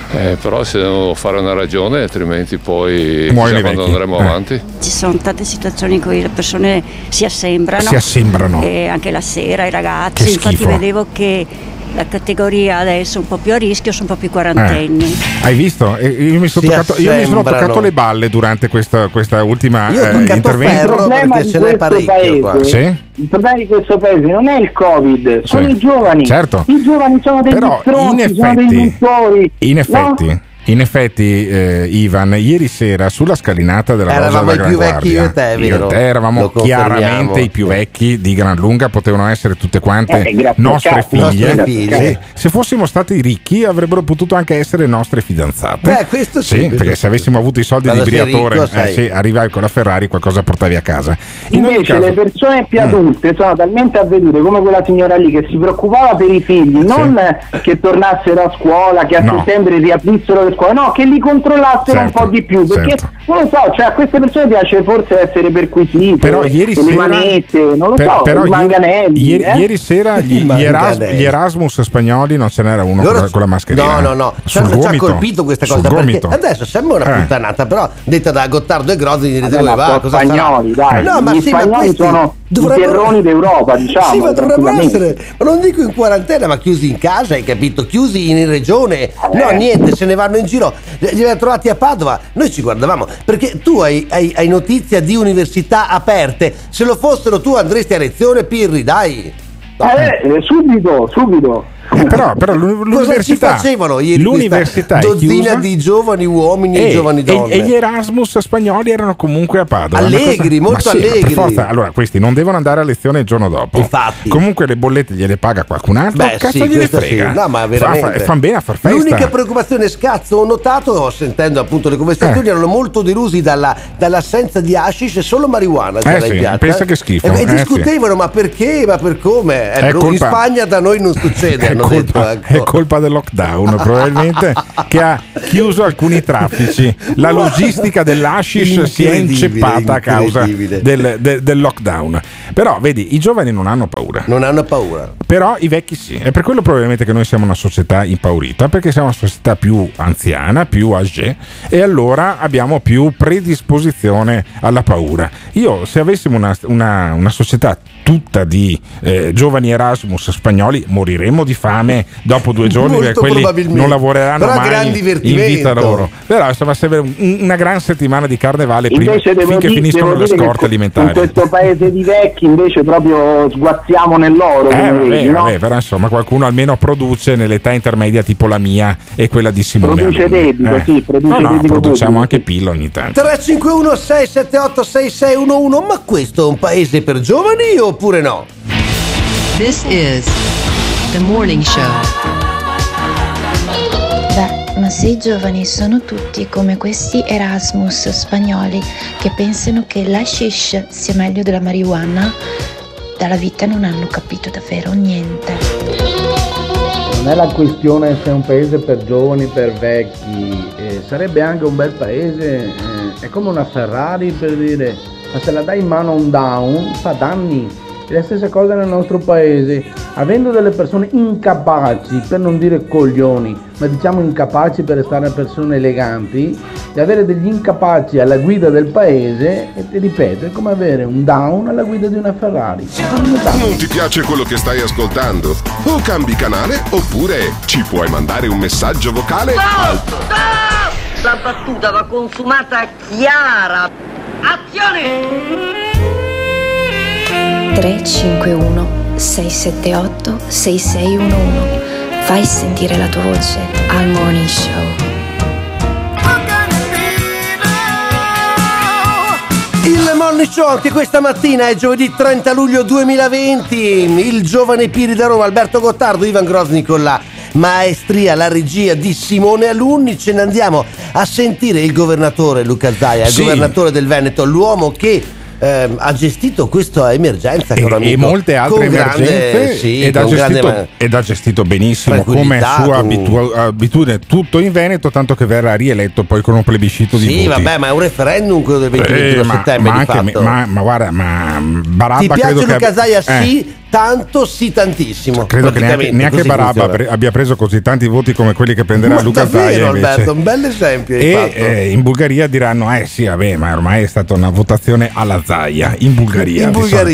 Però se devo fare una ragione, altrimenti poi quando andremo avanti. Ci sono tante situazioni in cui le persone si assembrano. E anche la sera i ragazzi, infatti vedevo che la categoria adesso è un po' più a rischio, sono un po' più quarantenni. Hai visto? Io mi sono toccato le balle durante questa ultima intervento. Perché ce n'è parecchio qua. Il problema di questo paese non è il Covid, sono i giovani. Certo. I giovani sono degli stronzi, sono dei mentori. In effetti, Ivan, ieri sera sulla scalinata della Rosa della Gran Guardia, eravamo chiaramente i più vecchi di gran lunga, potevano essere tutte quante nostre figlie. Se fossimo stati ricchi avrebbero potuto anche essere nostre fidanzate. Questo sì. Perché se avessimo avuto i soldi di Briatore, arrivavi con la Ferrari, qualcosa portavi a casa. Invece le persone più adulte sono talmente avvedute, come quella signora lì che si preoccupava per i figli, non che tornassero a scuola, che a settembre riaprissero le scuole, no, che li controllassero un po' di più, perché non lo so, cioè a queste persone piace forse essere perquisite, però ieri le manette, non lo so, i manganelli. Ieri sera gli Erasmus spagnoli non ce n'era uno con la mascherina. No. Ci ha colpito questa cosa, perché adesso sembra una puttanata, però detta da Gottardo e Grozzi spagnoli, dai. No, ma gli spagnoli sono i terroni d'Europa, diciamo. Sì, ma dovrebbero essere, ma non dico in quarantena, ma chiusi in casa, hai capito? Chiusi in regione. No, niente, se ne vanno in giro. Li abbiamo trovati a Padova, noi ci guardavamo, perché tu hai notizia di università aperte. Se lo fossero tu andresti a lezione, Pirri, dai. Subito. Però l'università, cosa ci facevano ieri? L'università dozzina di giovani uomini e giovani donne. E gli Erasmus spagnoli erano comunque a Padova. Allegri, molto allegri. Per forza, allora questi non devono andare a lezione il giorno dopo. Infatti. Comunque le bollette gliele paga qualcun altro. Cazzo gliene frega. No, ma veramente. Fan bene a far festa. L'unica preoccupazione scazzo ho notato, sentendo appunto le conversazioni, erano molto delusi dall'assenza di hashish e solo marijuana c'era in piazza. Pensa che schifo. E discutevano, ma perché? Ma per come? In Spagna da noi non succede. È colpa del lockdown probabilmente, che ha chiuso alcuni traffici. La logistica dell'hashish si è inceppata a causa del lockdown. Però vedi, i giovani non hanno paura, però i vecchi sì. È per quello probabilmente che noi siamo una società impaurita, perché siamo una società più anziana, più âgée, e allora abbiamo più predisposizione alla paura. Io, se avessimo una società tutta di giovani Erasmus spagnoli, moriremmo di fame dopo 2 giorni, perché quelli non lavoreranno mai in vita loro. Però insomma sembra una gran settimana di carnevale finché finiscono le scorte alimentari. In questo paese di vecchi invece proprio sguazziamo nell'oro. Però insomma qualcuno almeno produce nell'età intermedia, tipo la mia e quella di Simone. Produce debito, produciamo anche PIL ogni tanto. 351 678 6611. Ma questo è un paese per giovani oppure no? This is The Morning Show. Beh, ma se i giovani sono tutti come questi Erasmus spagnoli che pensano che l'hashish sia meglio della marijuana, dalla vita non hanno capito davvero niente. Non è la questione se è un paese per giovani, per vecchi, sarebbe anche un bel paese, è come una Ferrari, per dire, ma se la dai in mano a un down fa danni. È la stessa cosa nel nostro paese, avendo delle persone incapaci, per non dire coglioni, ma diciamo incapaci per stare persone eleganti, di avere degli incapaci alla guida del paese, e ti ripeto, è come avere un down alla guida di una Ferrari. Non ti piace quello che stai ascoltando? O cambi canale, oppure ci puoi mandare un messaggio vocale al... La battuta va consumata chiara. Azione! 351 678 6611. Fai sentire la tua voce al Morning Show. Il Morning Show anche questa mattina è giovedì 30 luglio 2020. Il giovane Pirri da Roma, Alberto Gottardo, Ivan Grozny con la maestria, la regia di Simone Alunni. Ce ne andiamo a sentire il governatore Luca Zaia, il governatore del Veneto, l'uomo che ha gestito questa emergenza e molte altre emergenze ed ha gestito benissimo, come sua abitudine, tutto in Veneto, tanto che verrà rieletto poi con un plebiscito di voti. Sì, vabbè, ma è un referendum quello del 22 settembre di fatto. Ma guarda, ma Barabba, ti piace credo Luca Zaia? Sì, tanto sì tantissimo. Credo che neanche Barabba abbia preso così tanti voti come quelli che prenderà Luca Zaia, Alberto, un bel esempio. E in Bulgaria diranno sì vabbè, ma ormai è stata una votazione alla Zaia in Bulgaria.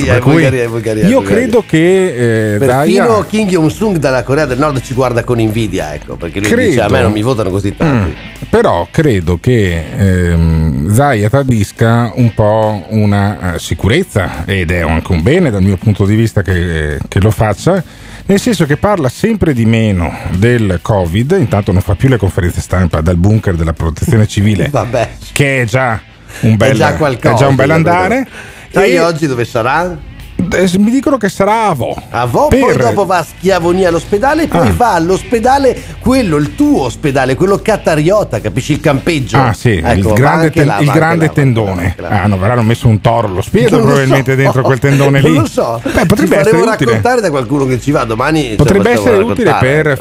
Io credo che perfino Kim Jong-un dalla Corea del Nord ci guarda con invidia, ecco, perché lui dice a me non mi votano così tanti. Però credo che Zaia tradisca un po' una sicurezza, ed è anche un bene dal mio punto di vista che lo faccia, nel senso che parla sempre di meno del Covid, intanto non fa più le conferenze stampa dal bunker della protezione civile, che è già un bel andare. Sai oggi dove sarà? Mi dicono che sarà a Vo. Poi dopo va a Schiavonia all'ospedale, poi va all'ospedale, quello, il tuo ospedale, quello qatariota, capisci, il campeggio. Il grande tendone. Non avranno messo un toro allo spiedo probabilmente dentro quel tendone lì. Non lo so. Potrebbe essere utile raccontare da qualcuno che ci va domani. Potrebbe essere utile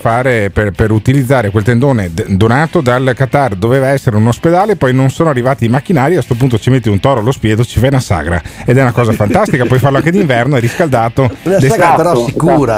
per utilizzare quel tendone donato dal Qatar. Doveva essere un ospedale, poi non sono arrivati i macchinari, a questo punto ci metti un toro allo spiedo, ci fai una sagra ed è una cosa fantastica. Puoi farlo anche d'inverno, è riscaldato, una sagra però sicura,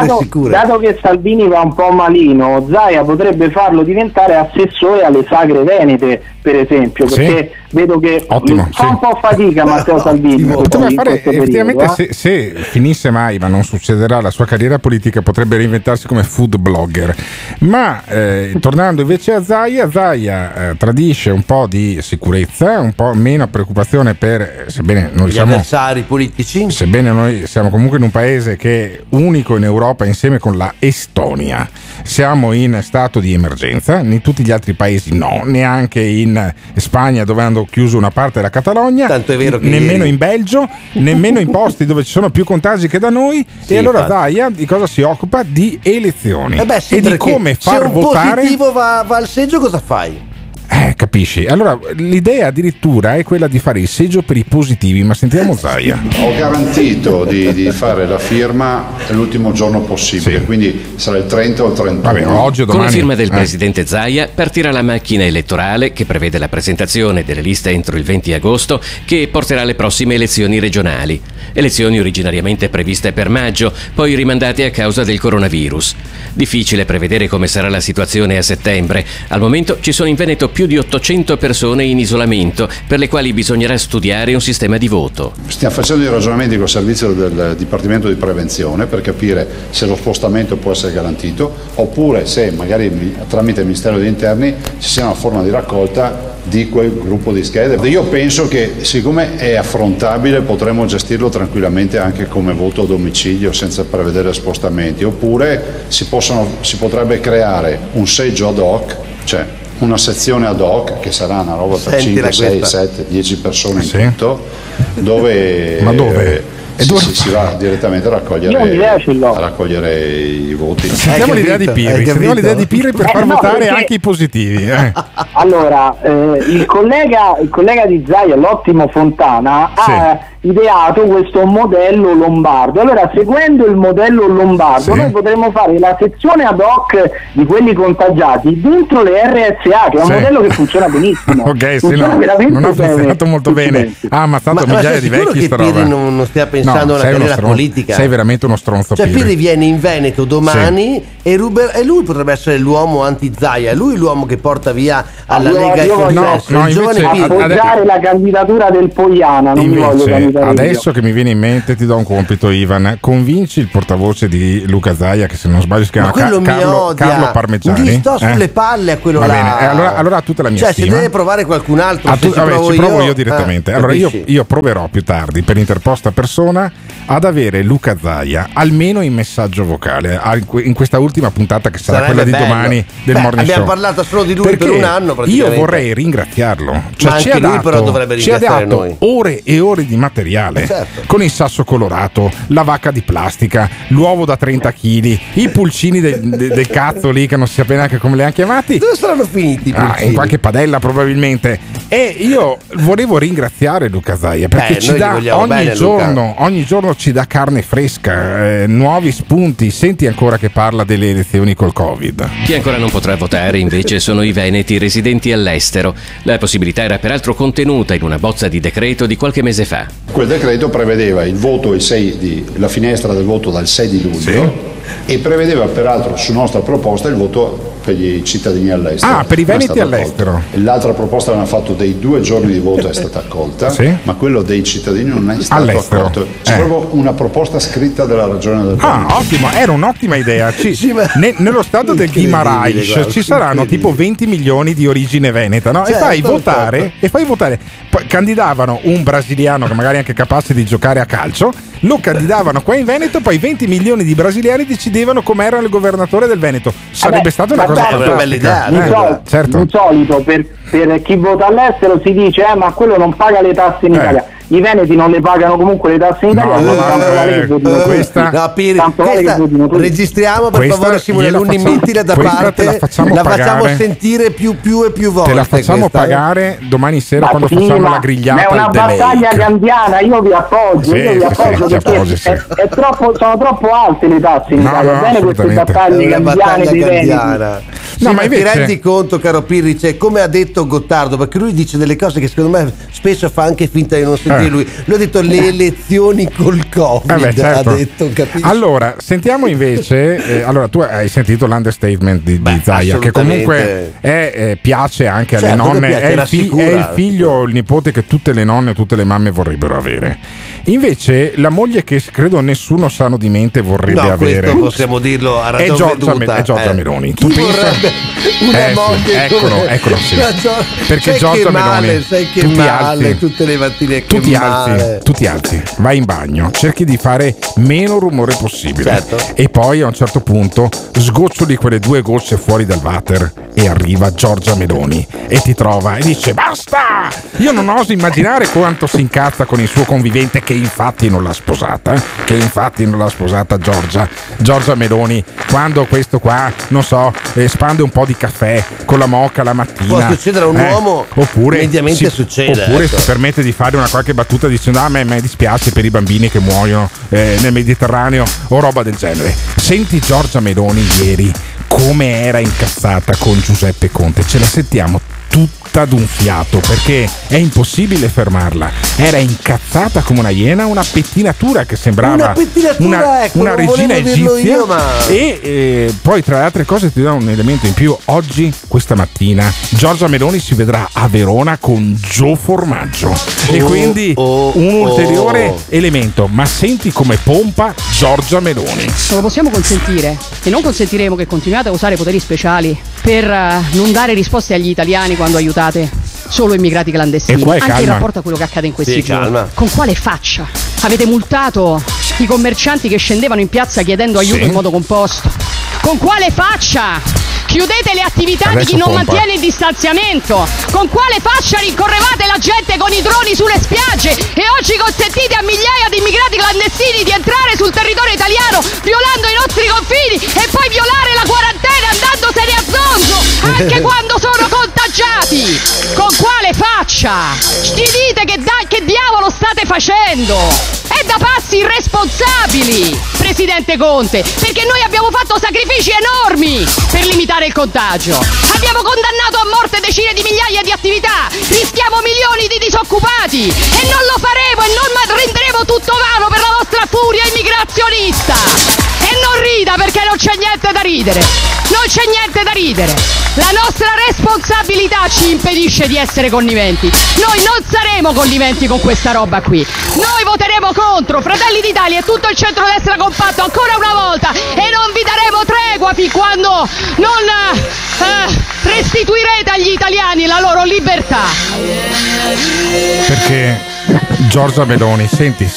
dato che Salvini va un po' malino, Zaia potrebbe farlo diventare assessore alle sagre venete, per esempio, perché vedo che fa un po' fatica Matteo Salvini. Potrebbe fare effettivamente, se finisse mai, ma non succederà, la sua carriera politica, potrebbe reinventarsi come food blogger. Ma tornando invece a Zaia tradisce un po' di sicurezza, un po' meno preoccupazione per, sebbene noi gli avversari politici, sebbene noi siamo comunque in un paese che è unico in Europa insieme con la Estonia, siamo in stato di emergenza, in tutti gli altri paesi no, neanche in Spagna dove hanno chiuso una parte della Catalogna, tanto è vero che nemmeno in Belgio, nemmeno in posti dove ci sono più contagi che da noi. E allora Zaia di cosa si occupa? Di elezioni e di come far votare. Se un positivo va al seggio, cosa fai? Capisci? Allora l'idea addirittura è quella di fare il seggio per i positivi, ma sentiamo Zaia. Ho garantito di fare la firma l'ultimo giorno possibile, quindi sarà il 30 o il 31. Oggi o domani. Con la firma del presidente Zaia partirà la macchina elettorale che prevede la presentazione delle liste entro il 20 agosto, che porterà alle prossime elezioni regionali. Elezioni originariamente previste per maggio, poi rimandate a causa del coronavirus. Difficile prevedere come sarà la situazione a settembre. Al momento ci sono in Veneto più di 800 persone in isolamento, per le quali bisognerà studiare un sistema di voto. Stiamo facendo dei ragionamenti con il servizio del Dipartimento di Prevenzione per capire se lo spostamento può essere garantito, oppure se magari tramite il Ministero degli Interni ci sia una forma di raccolta di quel gruppo di schede. Io penso che, siccome è affrontabile, potremmo gestirlo tranquillamente anche come voto a domicilio senza prevedere spostamenti, oppure si potrebbe creare un seggio ad hoc, cioè una sezione ad hoc che sarà una roba per 5, 6, 7, 10 persone in tutto, dove si va direttamente a raccogliere i voti. Sentiamo l'idea di Pirri per far votare anche i positivi. Allora, il collega di Zaia, l'ottimo Fontana, ha ideato questo modello lombardo. Allora, seguendo il modello lombardo, noi potremmo fare la sezione ad hoc di quelli contagiati dentro le RSA, che è un modello che funziona benissimo. Non ha funzionato molto bene. Ha ammazzato migliaia di vecchi sta roba. Non stia pensando alla carriera politica. Sei veramente uno stronzo. Cioè Pirri viene in Veneto domani e lui potrebbe essere l'uomo anti-Zaia, è lui l'uomo che porta via alla Lega il consenso. Il giovane appoggiare la candidatura del Poiana, non mi voglio candidare. Adesso che mi viene in mente ti do un compito, Ivan, convinci il portavoce di Luca Zaia, che se non sbaglio si chiama Carlo Parmigiani. Gli sto sulle palle a quello là. Va bene, allora ha tutta la mia stima. Cioè se deve provare qualcun altro, ci provo io direttamente. Allora io proverò più tardi per interposta persona ad avere Luca Zaia almeno in messaggio vocale in questa ultima puntata che sarà quella di domani del Morning Show. Abbiamo parlato solo di lui per un anno praticamente. Io vorrei ringraziarlo, cioè, ma anche lui però dovrebbe ringraziare noi. Ore e ore di materiale, con il sasso colorato, la vacca di plastica, l'uovo da 30 kg, i pulcini del cazzo lì che non si sapeva neanche come li hanno chiamati. Dove saranno finiti? In qualche padella probabilmente. E io volevo ringraziare Luca Zaia perché ci dà ogni giorno ci dà carne fresca, nuovi spunti. Senti ancora che parla delle elezioni col Covid. Chi ancora non potrà votare invece sono i veneti residenti all'estero. La possibilità era peraltro contenuta in una bozza di decreto di qualche mese fa. Quel decreto prevedeva il voto la finestra del voto dal 6 di luglio e prevedeva peraltro su nostra proposta il voto per i cittadini all'estero. Per i veneti all'estero. L'altra proposta avevano fatto dei 2 giorni di voto, è stata accolta, ma quello dei cittadini non è stato accolto. C'è proprio una proposta scritta della Regione del Veneto. Ottimo, era un'ottima idea. Nello stato del Guimarães ci saranno tipo 20 milioni di origine veneta, no? Certo, e fai votare. Poi candidavano un brasiliano che magari anche capace di giocare a calcio, lo candidavano qua in Veneto, poi 20 milioni di brasiliani decidevano com'era il governatore del Veneto. Sarebbe stata una cosa fantastica. Di solito per chi vota all'estero si dice ma quello non paga le tasse in Italia. I veneti non le pagano comunque le tasse in Italia. Registriamo per favore, Simone Alunni, mettila da parte, la facciamo sentire più e più volte. Te la facciamo pagare domani sera quando facciamo la grigliata. È una battaglia gandiana, io vi appoggio, perché sono troppo alte le tasse in Italia. Bene queste battaglie gandiane dei veneti. Ma ti rendi conto, caro Pirri, come ha detto Gottardo, perché lui dice delle cose che secondo me spesso fa anche finta di non sentire lui ha detto le elezioni col Covid, ha detto, capisci? Allora sentiamo invece allora tu hai sentito l'understatement di Zaia, che comunque piace anche alle nonne, è il figlio, il nipote che tutte le nonne e tutte le mamme vorrebbero avere. Invece la moglie che credo nessuno sano di mente vorrebbe avere, questo possiamo dirlo a ragion veduta, è Giorgia Meloni. Tu pensa una moglie eccolo sì. Perché Giorgia Meloni tutte le mattine tu ti alzi, vai in bagno, cerchi di fare meno rumore possibile, e poi a un certo punto sgoccioli quelle 2 gocce fuori dal water e arriva Giorgia Meloni e ti trova e dice basta. Io non oso immaginare quanto si incazza con il suo convivente che infatti non l'ha sposata Giorgia Meloni, quando questo qua non so spande un po' di caffè con la moka la mattina. Può succedere a un uomo, oppure mediamente succede, oppure si permette di fare una qualche battuta dicendo a me dispiace per i bambini che muoiono nel Mediterraneo o roba del genere. Senti Giorgia Meloni ieri come era incazzata con Giuseppe Conte, ce la sentiamo tutta d'un fiato perché è impossibile fermarla. Era incazzata come una iena, una pettinatura che sembrava una regina egizia. E poi tra le altre cose ti do un elemento in più: oggi, questa mattina, Giorgia Meloni si vedrà a Verona con Gio Formaggio e quindi un ulteriore elemento. Ma senti come pompa Giorgia Meloni. Non lo possiamo consentire e non consentiremo che continuiate a usare poteri speciali per non dare risposte agli italiani quando aiutate solo immigrati clandestini. Anche in rapporto a quello che accade in questi giorni. Con quale faccia avete multato i commercianti che scendevano in piazza chiedendo aiuto in modo composto? Con quale faccia chiudete le attività di chi non mantiene il distanziamento? Con quale faccia rincorrevate la gente con i droni sulle spiagge e oggi consentite a migliaia di immigrati clandestini di entrare sul territorio italiano violando i nostri confini e poi violare la quarantena andandosene a zonzo anche quando sono contagiati? Con quale faccia? Ci dite che diavolo state facendo? È da pazzi irresponsabili, Presidente Conte, perché noi abbiamo fatto sacrifici enormi per limitare il contagio. Abbiamo condannato a morte decine di migliaia di attività, rischiamo milioni di disoccupati e non lo faremo e non renderemo tutto vano per la vostra furia immigrazionista. E non rida perché non c'è niente da ridere. Non c'è niente da ridere. La nostra responsabilità ci impedisce di essere conniventi. Noi non saremo conniventi con questa roba qui. Noi voteremo contro. Fratelli d'Italia e tutto il centrodestra compatto ancora una volta e non vi daremo tregua fin quando non restituirete agli italiani la loro libertà. Perché Giorgia Meloni, senti.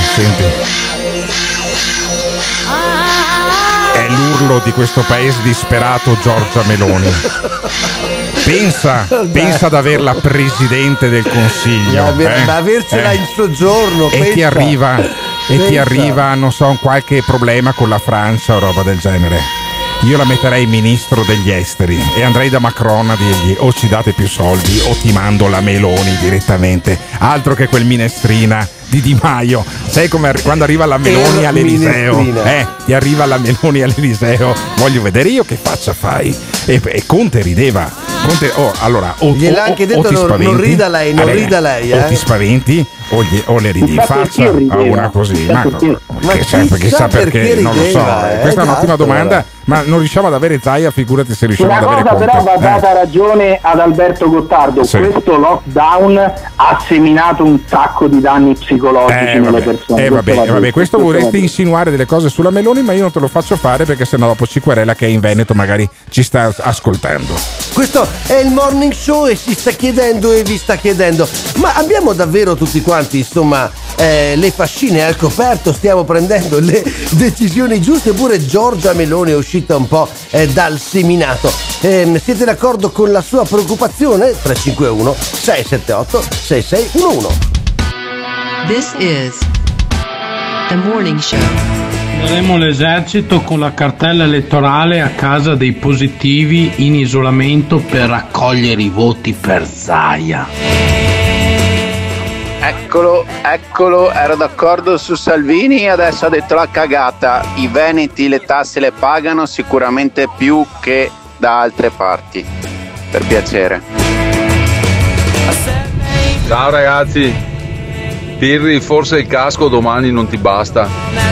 È l'urlo di questo paese disperato, Giorgia Meloni. Pensa ad averla presidente del Consiglio, avercela in soggiorno e ti arriva non so qualche problema con la Francia o roba del genere. Io la metterei ministro degli esteri e andrei da Macron a dirgli o ci date più soldi o ti mando la Meloni direttamente, altro che quel minestrina di Di Maio. Sai come quando arriva la Meloni all'Eliseo, ti arriva la Meloni all'Eliseo, voglio vedere io che faccia fai. E Conte rideva. Conte, allora, gliel'ha anche detto, non rida lei, o ti spaventi o le ridi in faccia a una così, chissà perché non lo so. Questa è un'ottima domanda, ma non riusciamo ad avere Zaia, figurati se riusciamo ad avere Conte. Però va data ragione ad Alberto Gottardo, questo lockdown ha seminato un sacco di danni psicologici nelle persone. Vabbè, questo vorresti insinuare delle cose sulla Meloni, ma io non te lo faccio fare perché sennò dopo ci querela che è in Veneto, magari ci sta ascoltando. Questo è il Morning Show e si sta chiedendo e vi sta chiedendo: ma abbiamo davvero tutti quanti, insomma, le fascine al coperto? Stiamo prendendo le decisioni giuste oppure Giorgia Meloni è uscita un po' dal seminato? Siete d'accordo con la sua preoccupazione? 351 678 6611. This is The Morning Show. Daremo l'esercito con la cartella elettorale a casa dei positivi in isolamento per raccogliere i voti per Zaia. Eccolo, ero d'accordo su Salvini, adesso ha detto la cagata. I veneti le tasse le pagano sicuramente più che da altre parti. Per piacere. Ciao ragazzi, Pirri, forse il casco domani non ti basta.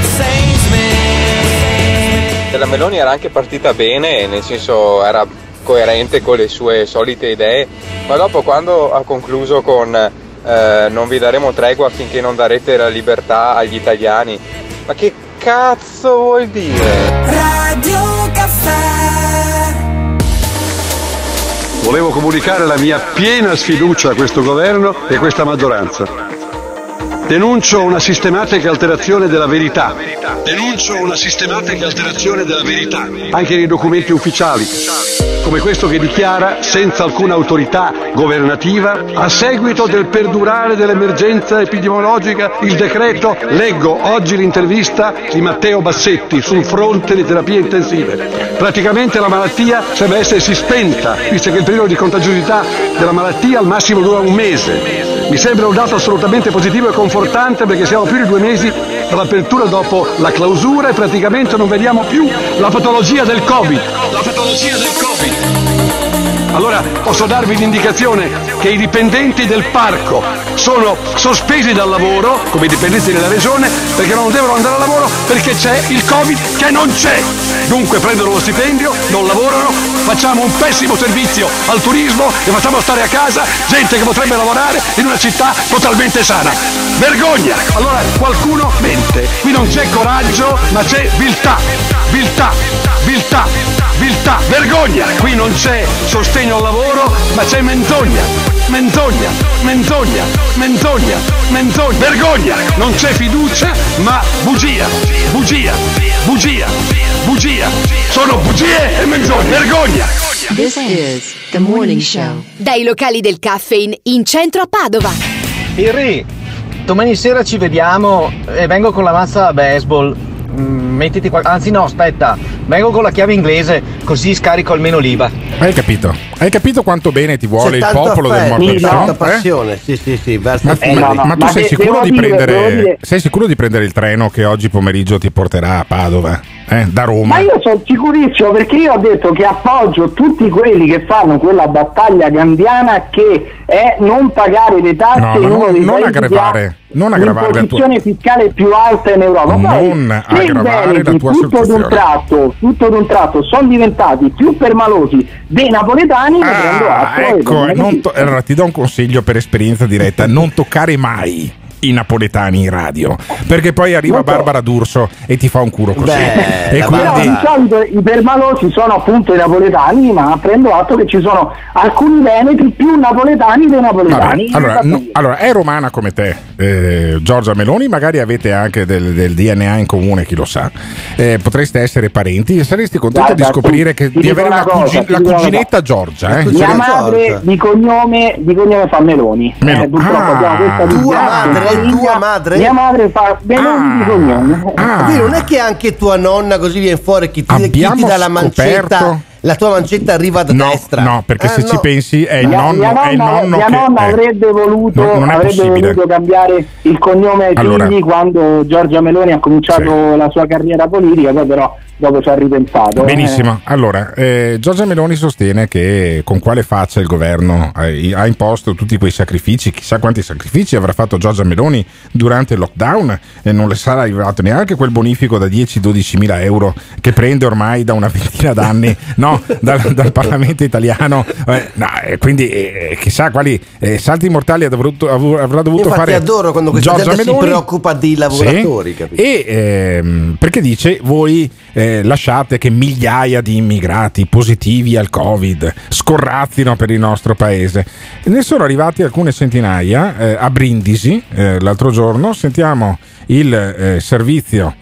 La Meloni era anche partita bene, nel senso era coerente con le sue solite idee, ma dopo quando ha concluso con non vi daremo tregua finché non darete la libertà agli italiani, ma che cazzo vuol dire? Radio Caffè. Volevo comunicare la mia piena sfiducia a questo governo e a questa maggioranza. Denuncio una sistematica alterazione della verità. Anche nei documenti ufficiali, come questo che dichiara, senza alcuna autorità governativa, a seguito del perdurare dell'emergenza epidemiologica, il decreto, leggo oggi l'intervista di Matteo Bassetti sul fronte di terapie intensive. Praticamente la malattia sembra essersi spenta, visto che il periodo di contagiosità della malattia al massimo dura un mese. Mi sembra un dato assolutamente positivo e confortante, perché siamo più di 2 mesi dall'apertura dopo la clausura e praticamente non vediamo più la patologia del Covid. Allora posso darvi l'indicazione che i dipendenti del parco sono sospesi dal lavoro, come i dipendenti della regione, perché non devono andare al lavoro perché c'è il Covid che non c'è. Dunque prendono lo stipendio, non lavorano, facciamo un pessimo servizio al turismo e facciamo stare a casa gente che potrebbe lavorare in una città totalmente sana. Vergogna! Allora qualcuno mente. Qui non c'è coraggio, ma c'è viltà. Vergogna! Qui non c'è sostegno al lavoro, ma c'è menzogna. Vergogna! Non c'è fiducia, ma bugia. Sono bugie e menzogne. Vergogna! This is The Morning Show. Dai locali del Caffeine in centro a Padova. Pirri, domani sera ci vediamo e vengo con la mazza da baseball. Mettiti qua, anzi no, aspetta, vengo con la chiave inglese, così scarico almeno l'IVA. Hai capito quanto bene ti vuole il popolo del Morning Show? Tanta passione, sì. Ma tu sei sicuro di prendere sei sicuro di prendere il treno che oggi pomeriggio ti porterà a Padova? Da Roma? Ma io sono sicurissimo, perché io ho detto che appoggio tutti quelli che fanno quella battaglia gandiana che è non pagare le tasse in uno dei paesi non aggravare la tua posizione fiscale più alta in Europa. Non aggravare la tua situazione. Tutto d'un tratto sono diventati più permalosi dei napoletani. Allora ti do un consiglio per esperienza diretta: non toccare mai i napoletani in radio, perché poi arriva Barbara D'Urso e ti fa un culo così. E quindi di solito i permalosi sono appunto i napoletani, ma prendo atto che ci sono alcuni veneti più napoletani dei napoletani. Allora è romana come te, Giorgia Meloni, magari avete anche del DNA in comune, chi lo sa. Potreste essere parenti e saresti contento di scoprire di avere la cuginetta Giorgia. Mia madre di cognome fa Meloni. Purtroppo abbiamo questa tua madre? Mia madre fa Meloni di cognome. Quindi non è che anche tua nonna così viene fuori chi ti dà la mancetta la tua mancetta arriva da destra. No, perché se ci pensi è il nonno. Mia nonna avrebbe voluto cambiare il cognome ai figli quando Giorgia Meloni ha cominciato la sua carriera politica, poi però dopo ci ha ripensato. Benissimo. Allora, Giorgia Meloni sostiene che con quale faccia il governo ha imposto tutti quei sacrifici, chissà quanti sacrifici avrà fatto Giorgia Meloni durante il lockdown, e non le sarà arrivato neanche quel bonifico da 10-12 mila euro che prende ormai da una ventina d'anni dal Parlamento italiano, quindi chissà quali salti mortali avrà dovuto fare. Io adoro quando questa gente si preoccupa dei lavoratori, sì? Perché dice voi lasciate che migliaia di immigrati positivi al Covid scorrazzino per il nostro paese. Ne sono arrivati alcune centinaia a Brindisi l'altro giorno. Sentiamo il servizio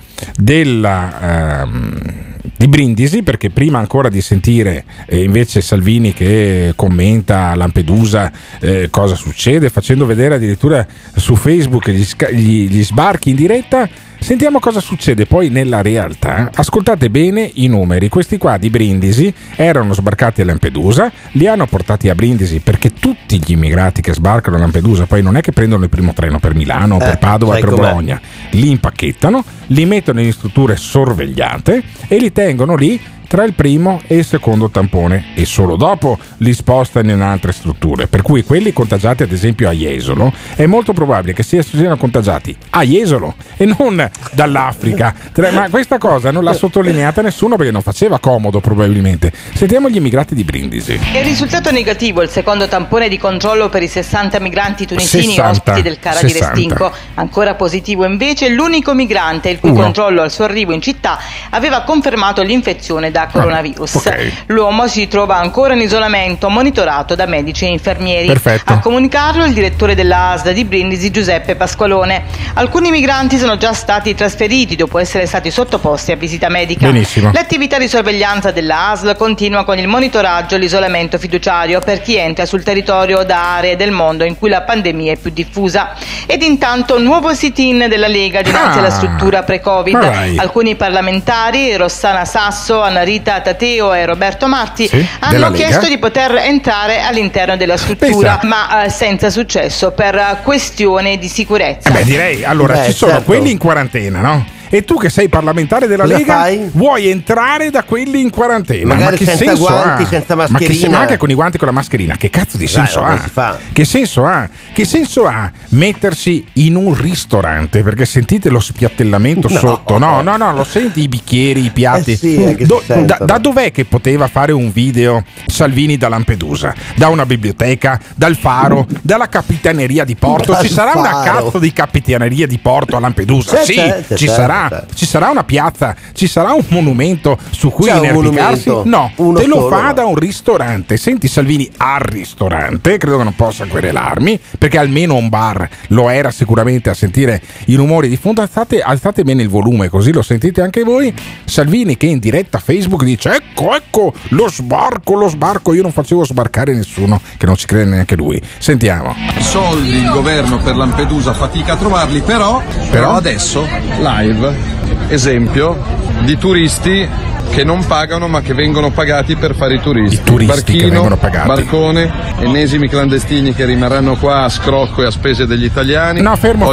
di Brindisi, perché prima ancora di sentire invece Salvini che commenta a Lampedusa cosa succede, facendo vedere addirittura su Facebook gli sbarchi in diretta, sentiamo cosa succede poi nella realtà. Ascoltate bene i numeri. Questi qua di Brindisi erano sbarcati a Lampedusa, li hanno portati a Brindisi, perché tutti gli immigrati che sbarcano a Lampedusa poi non è che prendono il primo treno per Milano, per Padova, per Bologna, li impacchettano, li mettono in strutture sorvegliate e li tengono lì tra il primo e il secondo tampone, e solo dopo li spostano in altre strutture. Per cui quelli contagiati ad esempio a Jesolo è molto probabile che siano contagiati a Jesolo e non dall'Africa. Ma questa cosa non l'ha sottolineata nessuno, perché non faceva comodo probabilmente. Sentiamo gli immigrati di Brindisi. È risultato negativo il secondo tampone di controllo per i 60 migranti tunisini ospiti del CARA di Restinco. Ancora positivo invece l'unico migrante il cui controllo al suo arrivo in città aveva confermato l'infezione da coronavirus. L'uomo si trova ancora in isolamento, monitorato da medici e infermieri. Perfetto. A comunicarlo il direttore della ASL di Brindisi, Giuseppe Pasqualone. Alcuni migranti sono già stati trasferiti dopo essere stati sottoposti a visita medica. Benissimo. L'attività di sorveglianza della ASL continua con il monitoraggio e l'isolamento fiduciario per chi entra sul territorio da aree del mondo in cui la pandemia è più diffusa. Ed intanto nuovo sit-in della Lega dinanzi alla struttura pre-Covid. Alcuni parlamentari, Rossana Sasso, Anna Rita Tateo e Roberto Marti, hanno chiesto di poter entrare all'interno della struttura, ma senza successo per questione di sicurezza. Direi, allora ci sono quelli in quarantena, no? E tu che sei parlamentare della Lega vuoi entrare da quelli in quarantena? Magari ma che senza senso guanti, ha? senza mascherina. Ma anche con i guanti, con la mascherina. Che cazzo di senso ha? Che senso ha? Che senso ha mettersi in un ristorante? Perché sentite lo spiattellamento sotto. No, lo senti i bicchieri, i piatti. Da dov'è che poteva fare un video Salvini da Lampedusa? Da una biblioteca? Dal faro? Dalla capitaneria di porto? Ci sarà una cazzo di capitaneria di porto a Lampedusa? Ci sarà. Ci sarà una piazza, ci sarà un monumento su cui inerpicarsi? No, te lo fa da un ristorante. Senti Salvini al ristorante, credo che non possa querelarmi, perché almeno un bar lo era sicuramente a sentire i rumori di fondo. Alzate bene il volume così lo sentite anche voi. Salvini che in diretta Facebook dice ecco lo sbarco, io non facevo sbarcare nessuno, che non ci crede neanche lui. Sentiamo. I soldi il governo per Lampedusa fatica a trovarli, però adesso live esempio di turisti che non pagano ma che vengono pagati per fare i turisti. Barchino, barcone, ennesimi clandestini che rimarranno qua a scrocco e a spese degli italiani. No, fermo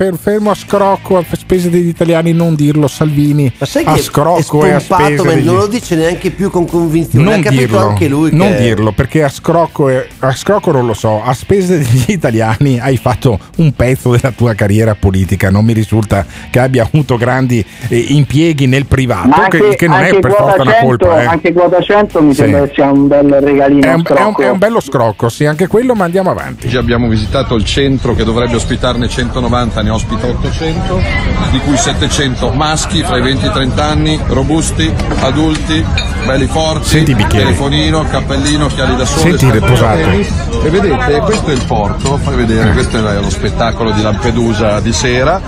a scrocco, a spese degli italiani, non dirlo Salvini. Ma sai a che scrocco e a spese degli... non lo dice neanche più con convinzione. Non dirlo, anche lui che... non dirlo, perché a scrocco non lo so, a spese degli italiani hai fatto un pezzo della tua carriera politica. Non mi risulta che abbia avuto grandi impieghi nel privato, che non è per forza una colpa. Anche quota 100 mi sembra che sia un bel regalino. È un bello scrocco, sì, anche quello, ma andiamo avanti. Oggi abbiamo visitato il centro che dovrebbe ospitarne 190, ne ospita 800, di cui 700 maschi fra i 20 e i 30 anni, robusti, adulti, belli forti. Senti i bicchieri. Telefonino, cappellino, occhiali da sole. Senti riposato. E vedete, questo è il porto, fai vedere, questo è lo spettacolo di Lampedusa di sera,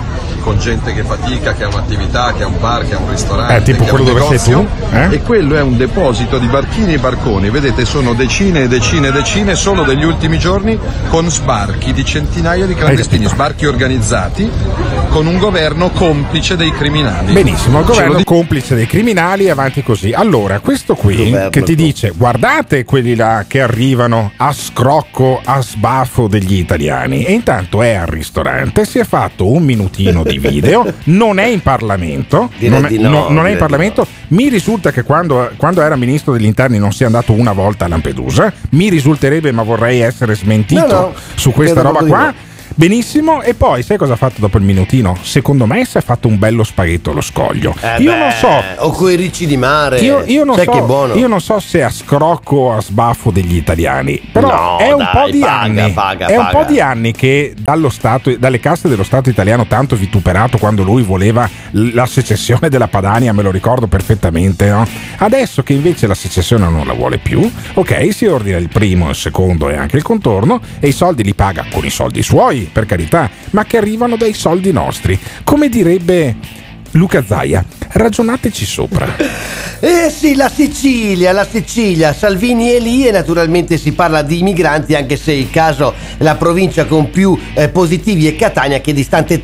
con gente che fatica, che ha un'attività, che ha un bar, che ha un ristorante, tipo che ha quello un dove sei negozio, tu, e quello è un deposito di barchini e barconi, vedete, sono decine e decine e decine solo degli ultimi giorni, con sbarchi di centinaia di clandestini, sbarchi organizzati con un governo complice dei criminali. Benissimo, il governo complice dei criminali, avanti così. Allora, questo qui che ti dice: guardate quelli là che arrivano a scrocco, a sbaffo degli italiani, e intanto è al ristorante, si è fatto un minutino di video, non è in Parlamento, non è in Parlamento. Mi risulta che quando era ministro degli interni non sia andato una volta a Lampedusa, mi risulterebbe, ma vorrei essere smentito su questa roba qua. Benissimo, e poi sai cosa ha fatto dopo il minutino? Secondo me si è fatto un bello spaghetto allo scoglio. Non so. O coi ricci di mare. Io non sai so, che è buono. Io non so se a scrocco o a sbaffo degli italiani. Però è un po' di anni. Un po' di anni che dalle casse dello Stato italiano, tanto vituperato quando lui voleva la secessione della Padania, me lo ricordo perfettamente, no? Adesso che invece la secessione non la vuole più, ok, si ordina il primo, il secondo e anche il contorno, e i soldi li paga con i soldi suoi, per carità, ma che arrivano dai soldi nostri. Come direbbe Luca Zaia, ragionateci sopra. Sì, la Sicilia, Salvini è lì, e naturalmente si parla di migranti, anche se il caso, la provincia con più positivi è Catania, che è distante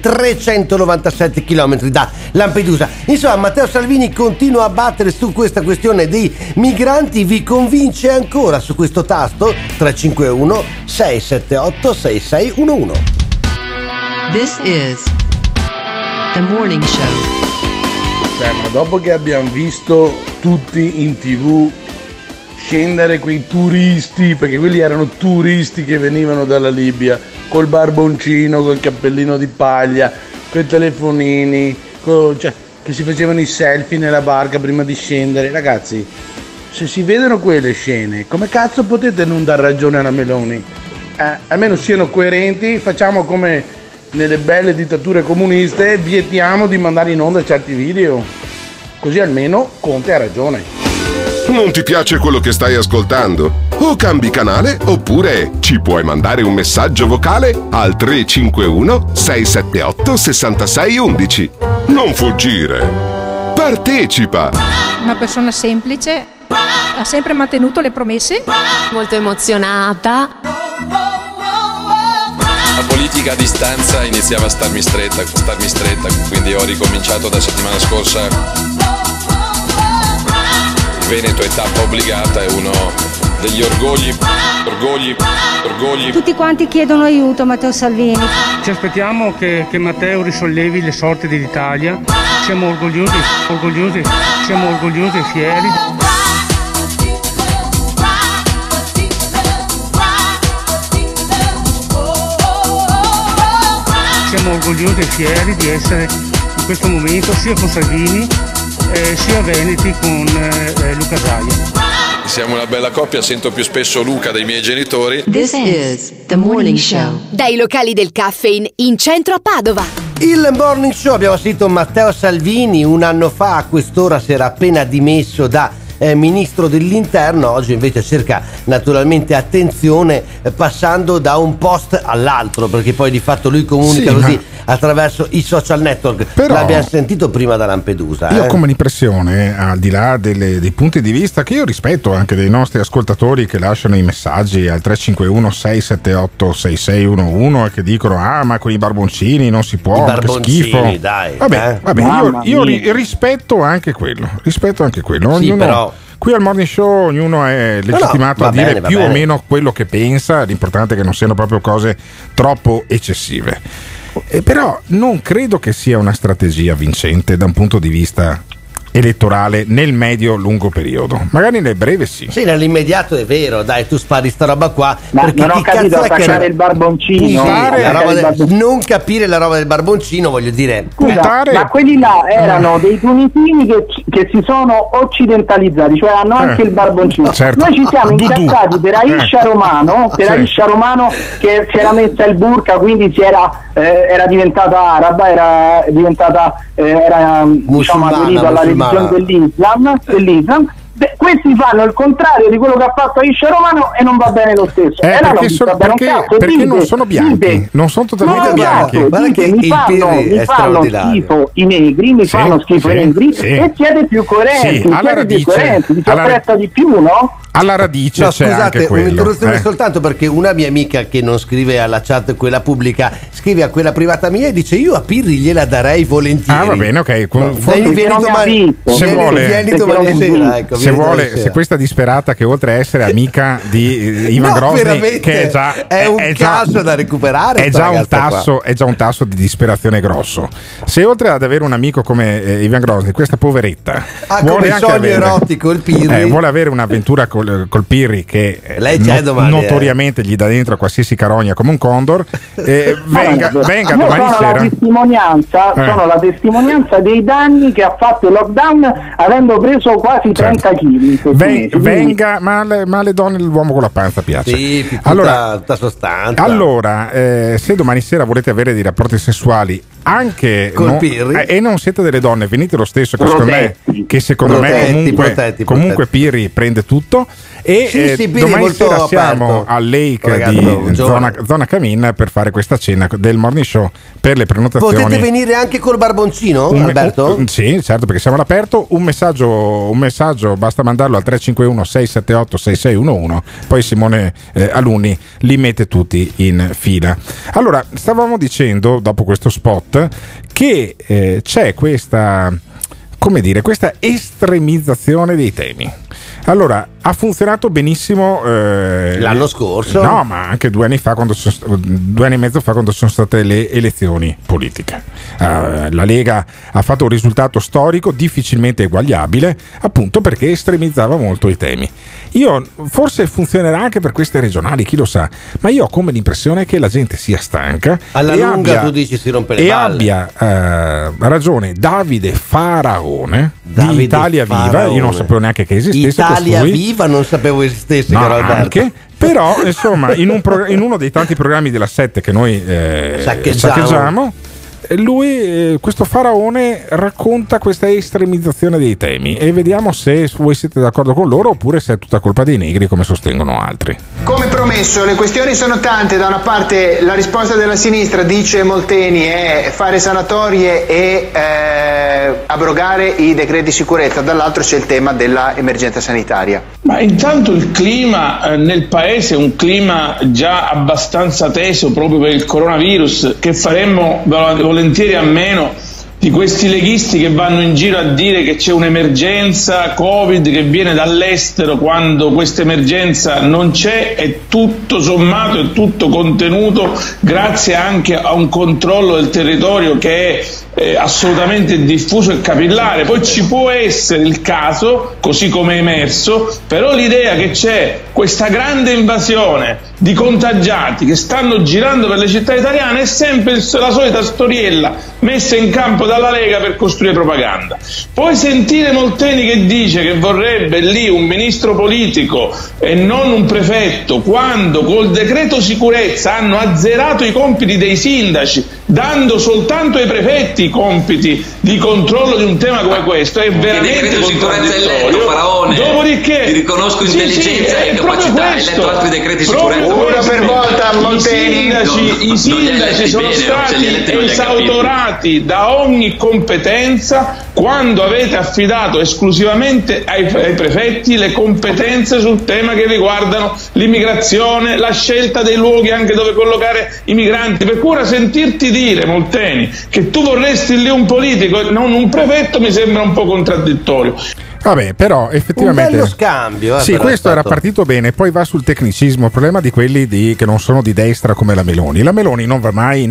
397 km da Lampedusa. Insomma, Matteo Salvini continua a battere su questa questione dei migranti. Vi convince ancora su questo tasto? 351 678 6611. This is The Morning Show. Ma dopo che abbiamo visto tutti in TV scendere quei turisti, perché quelli erano turisti che venivano dalla Libia, col barboncino, col cappellino di paglia, coi telefonini, che si facevano i selfie nella barca prima di scendere. Ragazzi, se si vedono quelle scene, come cazzo potete non dar ragione alla Meloni? Almeno siano coerenti, facciamo come nelle belle dittature comuniste, vietiamo di mandare in onda certi video, così almeno Conte ha ragione. Non ti piace quello che stai ascoltando? O cambi canale oppure ci puoi mandare un messaggio vocale al 351 678 6611. Non fuggire, partecipa. Una persona semplice, ha sempre mantenuto le promesse, molto emozionata. La politica a distanza iniziava a starmi stretta, quindi ho ricominciato da settimana scorsa. Il Veneto è tappa obbligata, è uno degli orgogli. Tutti quanti chiedono aiuto a Matteo Salvini. Ci aspettiamo che Matteo risollevi le sorti dell'Italia. Siamo orgogliosi e fieri. Siamo orgogliosi e fieri di essere in questo momento sia con Salvini sia veneti con Luca Zaia. Siamo una bella coppia, sento più spesso Luca dei miei genitori. This is The Morning Show. Dai locali del Caffeine in centro a Padova. Il Morning Show, abbiamo sentito Matteo Salvini un anno fa, a quest'ora si era appena dimesso da ministro dell'interno. Oggi invece cerca naturalmente attenzione, passando da un post all'altro, perché poi di fatto lui comunica così attraverso i social network. Però l'abbiamo sentito prima da Lampedusa. Io ho come l'impressione, al di là dei punti di vista che io rispetto anche dei nostri ascoltatori che lasciano i messaggi al 351 678 6611 e che dicono ma con i barboncini non si può, che schifo. Dai, vabbè, io rispetto anche quello. Ognuno, però qui al Morning Show ognuno è legittimato a dire più o meno quello che pensa, l'importante è che non siano proprio cose troppo eccessive. Però non credo che sia una strategia vincente da un punto di vista elettorale nel medio-lungo periodo. Magari nel breve sì. Sì, nell'immediato è vero, dai, tu spari sta roba qua. Ma non ho capito, attaccare il barboncino. Non capire la roba del barboncino, voglio dire. Scusa, ma quelli là erano dei tunisini che si sono occidentalizzati, cioè hanno anche il barboncino. Certo. Noi ci siamo incazzati per Aisha Romano, Aisha Romano che si era messa il burka, quindi era diventata araba, era diciamo aderito alla religione dell'Islam, questi fanno il contrario di quello che ha fatto Aisha Romano e non va bene lo stesso. Perché non sono bianchi, non sono totalmente bianchi. Mi fanno schifo i negri, mi fanno schifo i negri e siete più coerenti, vi si apprezza di più, no? Alla radice c'è anche quello. Un'interruzione soltanto perché una mia amica che non scrive alla chat quella pubblica, scrive a quella privata mia e dice: io a Pirri gliela darei volentieri. Va bene, ok. Se vuole, se questa disperata che oltre a essere amica di Ivan Grosny, che è un caso da recuperare, è già un tasso di disperazione grosso. Se oltre ad avere un amico come Ivan Grosny, questa poveretta vuole come sogno erotico il Pirri, vuole avere un'avventura col Pirri che notoriamente gli dà dentro qualsiasi carogna come un condor, venga domani sera. Sono la testimonianza dei danni che ha fatto il lockdown avendo preso quasi 30 kg. Venga, ma le donne e l'uomo con la panza piace. Sì, tutta sostanza. Allora, se domani sera volete avere dei rapporti sessuali anche col Pirri e non siete delle donne, venite lo stesso, che secondo me comunque Pirri prende tutto. E domani sera siamo al Lake di zona Camin per fare questa cena del morning show per le prenotazioni. Potete venire anche col barboncino, Alberto? Sì, certo, perché siamo all'aperto. Un messaggio basta mandarlo al 351 678 6611, poi Simone Alunni li mette tutti in fila. Allora, stavamo dicendo dopo questo spot che c'è questa estremizzazione dei temi. Allora, ha funzionato benissimo l'anno scorso, no, ma anche 2 anni fa, 2 anni e mezzo fa, quando sono state le elezioni politiche. La Lega ha fatto un risultato storico difficilmente eguagliabile, appunto perché estremizzava molto i temi. Forse funzionerà anche per queste regionali, chi lo sa, ma io ho come l'impressione che la gente sia stanca alla lunga, tu dici si rompe le balle, abbia ragione Davide Faraone di Italia Viva. Io non sapevo neanche che esistesse Italia Viva, non sapevo esistesse, caro Alberto. Anche, però insomma in uno dei tanti programmi della 7 che noi saccheggiamo, lui, questo Faraone, racconta questa estremizzazione dei temi e vediamo se voi siete d'accordo con loro oppure se è tutta colpa dei negri come sostengono altri. Come promesso, le questioni sono tante. Da una parte la risposta della sinistra, dice Molteni, è fare sanatorie e abrogare i decreti sicurezza, dall'altro c'è il tema dell'emergenza sanitaria. Ma intanto il clima nel paese è un clima già abbastanza teso proprio per il coronavirus, che faremmo volentieri a meno di questi leghisti che vanno in giro a dire che c'è un'emergenza Covid che viene dall'estero, quando questa emergenza non c'è, è tutto sommato, è tutto contenuto grazie anche a un controllo del territorio che è assolutamente diffuso e capillare. Poi ci può essere il caso, così come è emerso, però l'idea che c'è questa grande invasione di contagiati che stanno girando per le città italiane è sempre la solita storiella messa in campo dalla Lega per costruire propaganda. Poi sentire Molteni che dice che vorrebbe lì un ministro politico e non un prefetto, quando col decreto sicurezza hanno azzerato i compiti dei sindaci, dando soltanto ai prefetti i compiti di controllo di un tema come questo, è veramente contraddittorio. Dopodiché ti riconosco intelligenza e capacità, hai letto altri decreti sicurezza. Uno per volta, Molteni. I sindaci sono stati esautorati da ogni competenza quando avete affidato esclusivamente ai prefetti le competenze sul tema che riguardano l'immigrazione, la scelta dei luoghi anche dove collocare i migranti. Per cui ora sentirti dire, Molteni, che tu vorresti lì un politico e non un prefetto mi sembra un po' contraddittorio. Vabbè, però effettivamente un bello scambio. Sì, questo era partito bene, poi va sul tecnicismo. Il problema di quelli che non sono di destra come la Meloni. La Meloni non va mai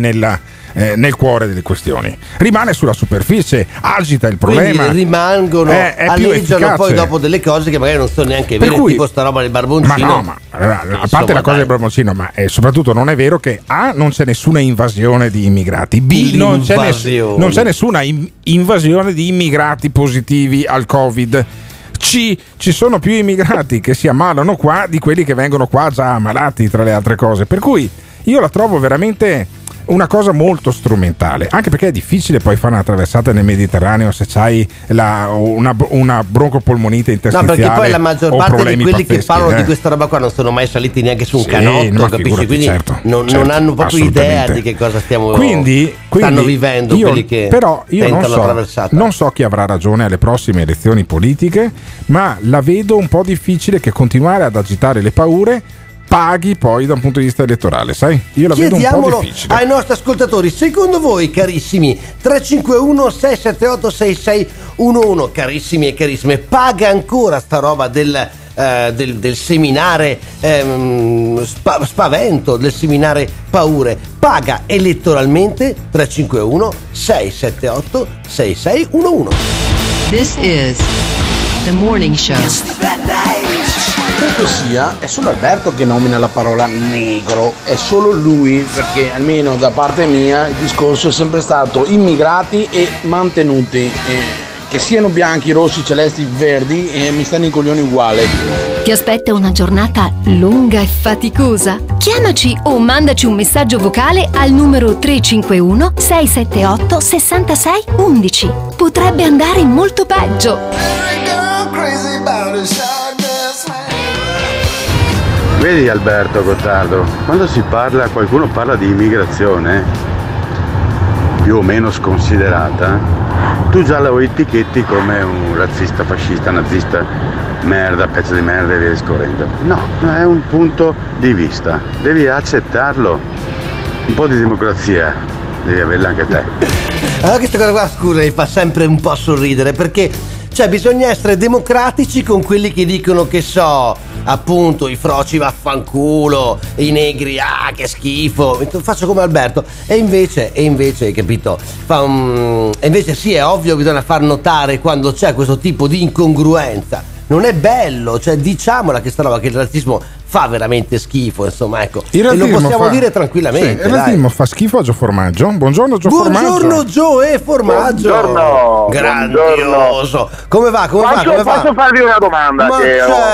nel cuore delle questioni, rimane sulla superficie, agita il problema. Quindi rimangono, alleggiano poi dopo delle cose che magari non sono neanche vere, tipo sta roba del barboncino. A parte la cosa del barboncino, ma soprattutto non è vero che A, non c'è nessuna invasione di immigrati, B, non c'è nessuna invasione di immigrati positivi al Covid, C, ci sono più immigrati che si ammalano qua di quelli che vengono qua già ammalati, tra le altre cose. Per cui io la trovo veramente una cosa molto strumentale, anche perché è difficile poi fare una traversata nel Mediterraneo se c'hai una broncopolmonite interstiziale. No, perché poi la maggior parte di quelli pazzeschi, che parlano di questa roba qua non sono mai saliti neanche su un canotto, capisci? Quindi certo, non hanno proprio idea di che cosa stanno vivendo quelli che tentano la traversata. Non so chi avrà ragione alle prossime elezioni politiche, ma la vedo un po' difficile che continuare ad agitare le paure paghi poi da un punto di vista elettorale, sai? Io la vedo un po' difficile. Ai nostri ascoltatori, secondo voi, carissimi, 351 678 6611, carissimi e carissime, paga ancora sta roba del seminare spavento, del seminare paure? Paga elettoralmente? 351 678 6611. This is The Morning Show. Comunque sia, è solo Alberto che nomina la parola negro, è solo lui, perché almeno da parte mia il discorso è sempre stato immigrati e mantenuti, che siano bianchi, rossi, celesti, verdi, mi stanno i coglioni uguali. Ti aspetta una giornata lunga e faticosa? Chiamaci o mandaci un messaggio vocale al numero 351 678 6611. Potrebbe andare molto peggio. Vedi Alberto Gottardo, quando qualcuno parla di immigrazione più o meno sconsiderata, tu già lo etichetti come un razzista, fascista, nazista, merda, pezzo di merda e via discorrendo. No, è un punto di vista, devi accettarlo. Un po' di democrazia devi averla anche te. Allora questa cosa qua, scusa, mi fa sempre un po' sorridere, perché bisogna essere democratici con quelli che dicono che appunto i froci vaffanculo, i negri che schifo, faccio come Alberto, e invece capito, e invece sì, è ovvio, bisogna far notare quando c'è questo tipo di incongruenza. Non è bello, diciamola che sta roba, che il razzismo fa veramente schifo, insomma, ecco. E lo possiamo dire tranquillamente. Sì, il razzismo fa schifo a Gio Formaggio. Buongiorno Gio Formaggio. Buongiorno Gio Formaggio. Buongiorno. Grandioso. Come va? Posso farvi una domanda? Ma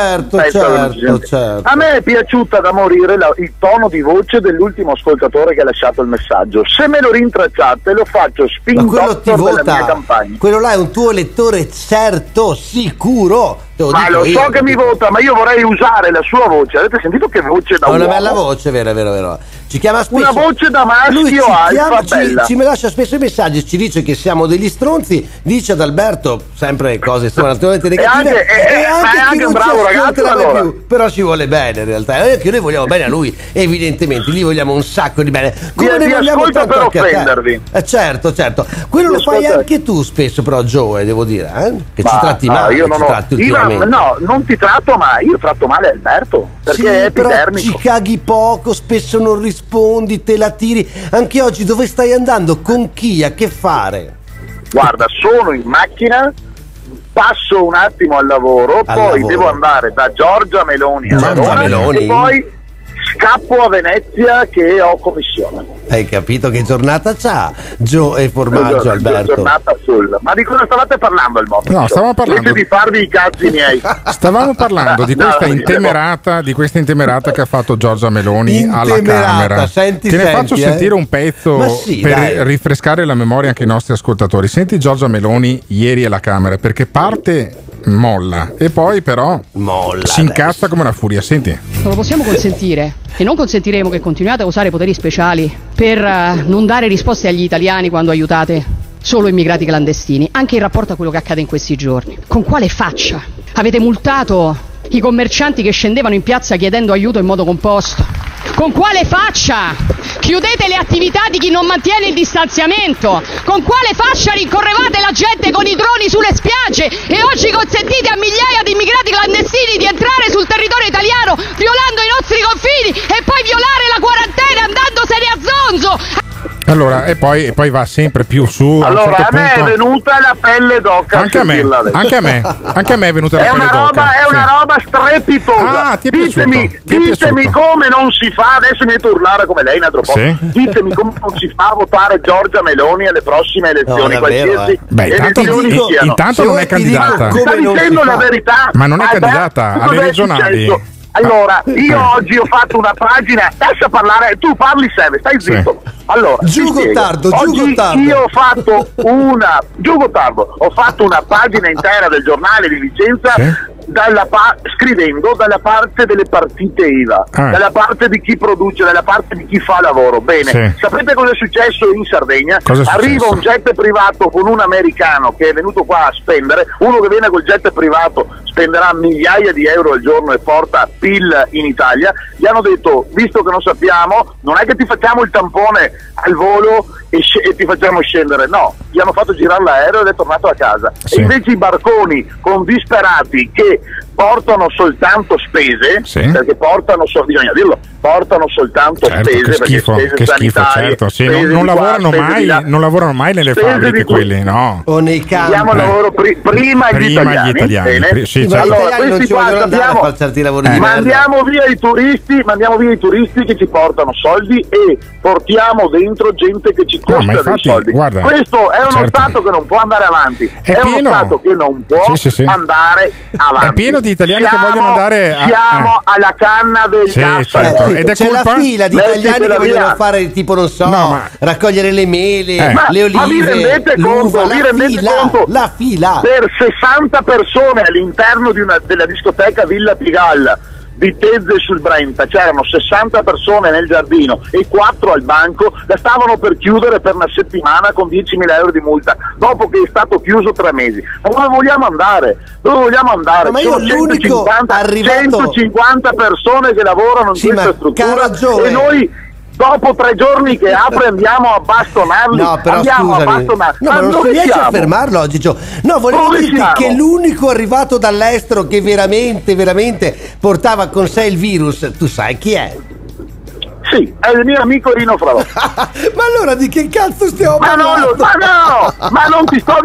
certo. A me è piaciuta da morire il tono di voce dell'ultimo ascoltatore che ha lasciato il messaggio. Se me lo rintracciate lo faccio spin doctor della mia campagna. Quello là è un tuo lettore, certo, sicuro. Ma lo so che mi vota, ma io vorrei usare la sua voce. Avete sentito che voce da uomo? Una bella voce, vero. Ci chiama spesso. Una voce da maschio alfa bella. Ci lascia spesso i messaggi, ci dice che siamo degli stronzi, dice ad Alberto sempre cose naturalmente negative. Ma è anche un bravo ragazzo, allora. Però ci vuole bene in realtà. Che noi vogliamo bene a lui, evidentemente, gli vogliamo un sacco di bene. Come ne vogliamo tanto per offendervi. Certo. Quello lo fai anche tu spesso, però, Joe, devo dire, che ci tratti male. Io non ti tratto mai, io tratto male Alberto, perché è epidermico. Però ci caghi poco, spesso non rispondi, te la tiri. Anche oggi dove stai andando? Con chi? A che fare? Guarda, sono in macchina, passo un attimo al lavoro, poi devo andare da Giorgia Meloni a Verona e poi scappo a Venezia che ho commissione. Hai capito che giornata c'ha Gio Formaggio, Alberto? Giornata full. Ma di cosa stavate parlando al momento? No, stavamo parlando invece di farvi i cazzi miei. Stavamo parlando di questa intemerata che ha fatto Giorgia Meloni alla Camera. Senti, ne faccio sentire un pezzo per rinfrescare la memoria anche ai nostri ascoltatori. Senti Giorgia Meloni ieri alla Camera, perché parte molla e poi però si incazza come una furia. Senti. Non lo possiamo consentire e non consentiremo che continuiate a usare poteri speciali per non dare risposte agli italiani quando aiutate solo immigrati clandestini, anche in rapporto a quello che accade in questi giorni. Con quale faccia avete multato i commercianti che scendevano in piazza chiedendo aiuto in modo composto? Con quale faccia chiudete le attività di chi non mantiene il distanziamento? Con quale faccia rincorrevate la gente con i droni sulle spiagge e oggi consentite a migliaia di immigrati clandestini di entrare sul territorio italiano violando i nostri confini e poi violare la quarantena andandosene a zonzo? Allora, e poi va sempre più su. Allora, a me è venuta la pelle d'oca. Anche a me è venuta la pelle d'oca. È una roba strepitosa. Ditemi come non si fa, adesso mi metto a urlare come lei, ditemi come non si fa a votare Giorgia Meloni alle prossime elezioni, qualsiasi elezioni siano. Intanto non è candidata. Sta dicendo la verità. Ma non è candidata alle regionali. Allora, io oggi ho fatto una pagina, lascia parlare, tu parli sempre, stai zitto. Allora, giù Gottardo. Io ho fatto ho fatto una pagina intera del giornale di Vicenza, scrivendo dalla parte delle partite IVA, dalla parte di chi produce, dalla parte di chi fa lavoro. Bene, sapete cosa è successo in Sardegna? Arriva un jet privato con un americano che è venuto qua a spendere, uno che viene col jet privato spenderà migliaia di euro al giorno e porta PIL in Italia. Gli hanno detto, visto che non sappiamo, non è che ti facciamo il tampone al volo e ti facciamo scendere, no, gli hanno fatto girare l'aereo ed è tornato a casa. E invece i barconi con disperati che portano soltanto spese, perché portano soltanto spese, che schifo, certo, non lavorano mai nelle fabbriche quelli, no, o nei campi. Diamo lavoro prima gli italiani. Allora, questi qua mandiamo via i turisti che ci portano soldi e portiamo dentro gente che ci costa dei soldi. Guarda, questo è uno Stato che non può andare avanti, è uno Stato che non può andare avanti. È pieno di italiani che vogliono andare siamo alla canna del gas. Certo. Ed è c'è la fila di italiani che vogliono fare tipo raccogliere le mele, le olive. Ma vi rendete conto? La fila per 60 persone all'interno della discoteca Villa Pigalle di Tezze sul Brenta, c'erano 60 persone nel giardino e 4 al banco, la stavano per chiudere per una settimana con 10.000 euro di multa, dopo che è stato chiuso 3 mesi. Ma dove vogliamo andare? Ma io Sono 150 persone che lavorano in questa struttura e noi dopo 3 giorni che apre andiamo a bastonarli. No, però scusami. Ma non si riesce a fermarlo oggi. No, volevo dirti che l'unico arrivato dall'estero che veramente portava con sé il virus, tu sai chi è? Sì, è il mio amico Rino Fravò. Ma allora di che cazzo stiamo parlando? Ma non ti sto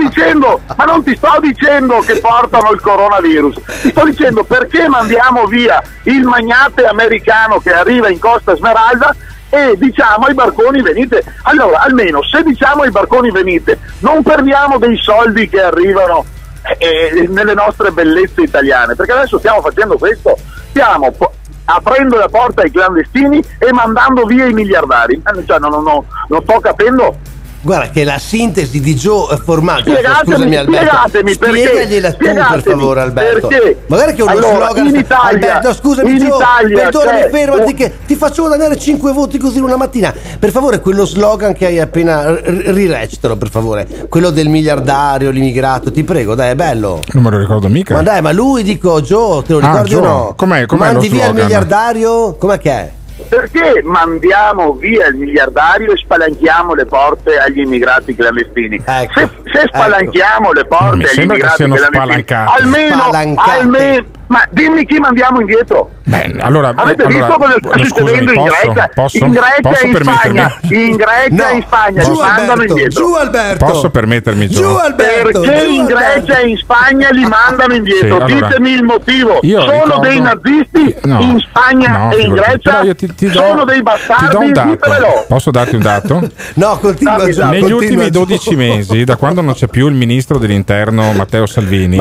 dicendo che portano il coronavirus. Ti sto dicendo perché mandiamo via il magnate americano che arriva in Costa Smeralda e diciamo ai barconi venite. Allora, almeno se diciamo ai barconi venite, non perdiamo dei soldi che arrivano nelle nostre bellezze italiane, perché adesso stiamo facendo questo, stiamo aprendo la porta ai clandestini e mandando via i miliardari. Cioè, non sto capendo. Guarda che la sintesi di Joe Formaggio, scusami Alberto, spiegagliela tu per favore Alberto. Perché? Magari che uno slogan in Italia, Alberto, scusami Joe, perdonami, fermati che ti faccio guadagnare 5 voti così in una mattina. Per favore, quello slogan che hai appena rirecitalo, per favore. Quello del miliardario, l'immigrato, ti prego, dai, è bello. Non me lo ricordo mica. Ma dai, ma lui dico Joe, te lo ricordi o no? Com'è mandi via il miliardario? Com'è che è? Perché mandiamo via il miliardario e spalanchiamo le porte agli immigrati clandestini? Se spalanchiamo le porte agli immigrati clandestini, almeno, ma dimmi chi mandiamo indietro? Avete visto cosa sta succedendo in Grecia? In Grecia e in Spagna. In Grecia e in Spagna li mandano indietro. Giù Alberto. Posso permettermi giù Alberto? Perché in Grecia e in Spagna li mandano indietro? Ditemi il motivo. Sono dei nazisti in Spagna e in Grecia? Sono dei bastardi? Ditemelo. Posso darti un dato? No, continua. Negli ultimi 12 mesi, da quando non c'è più il ministro dell'interno Matteo Salvini,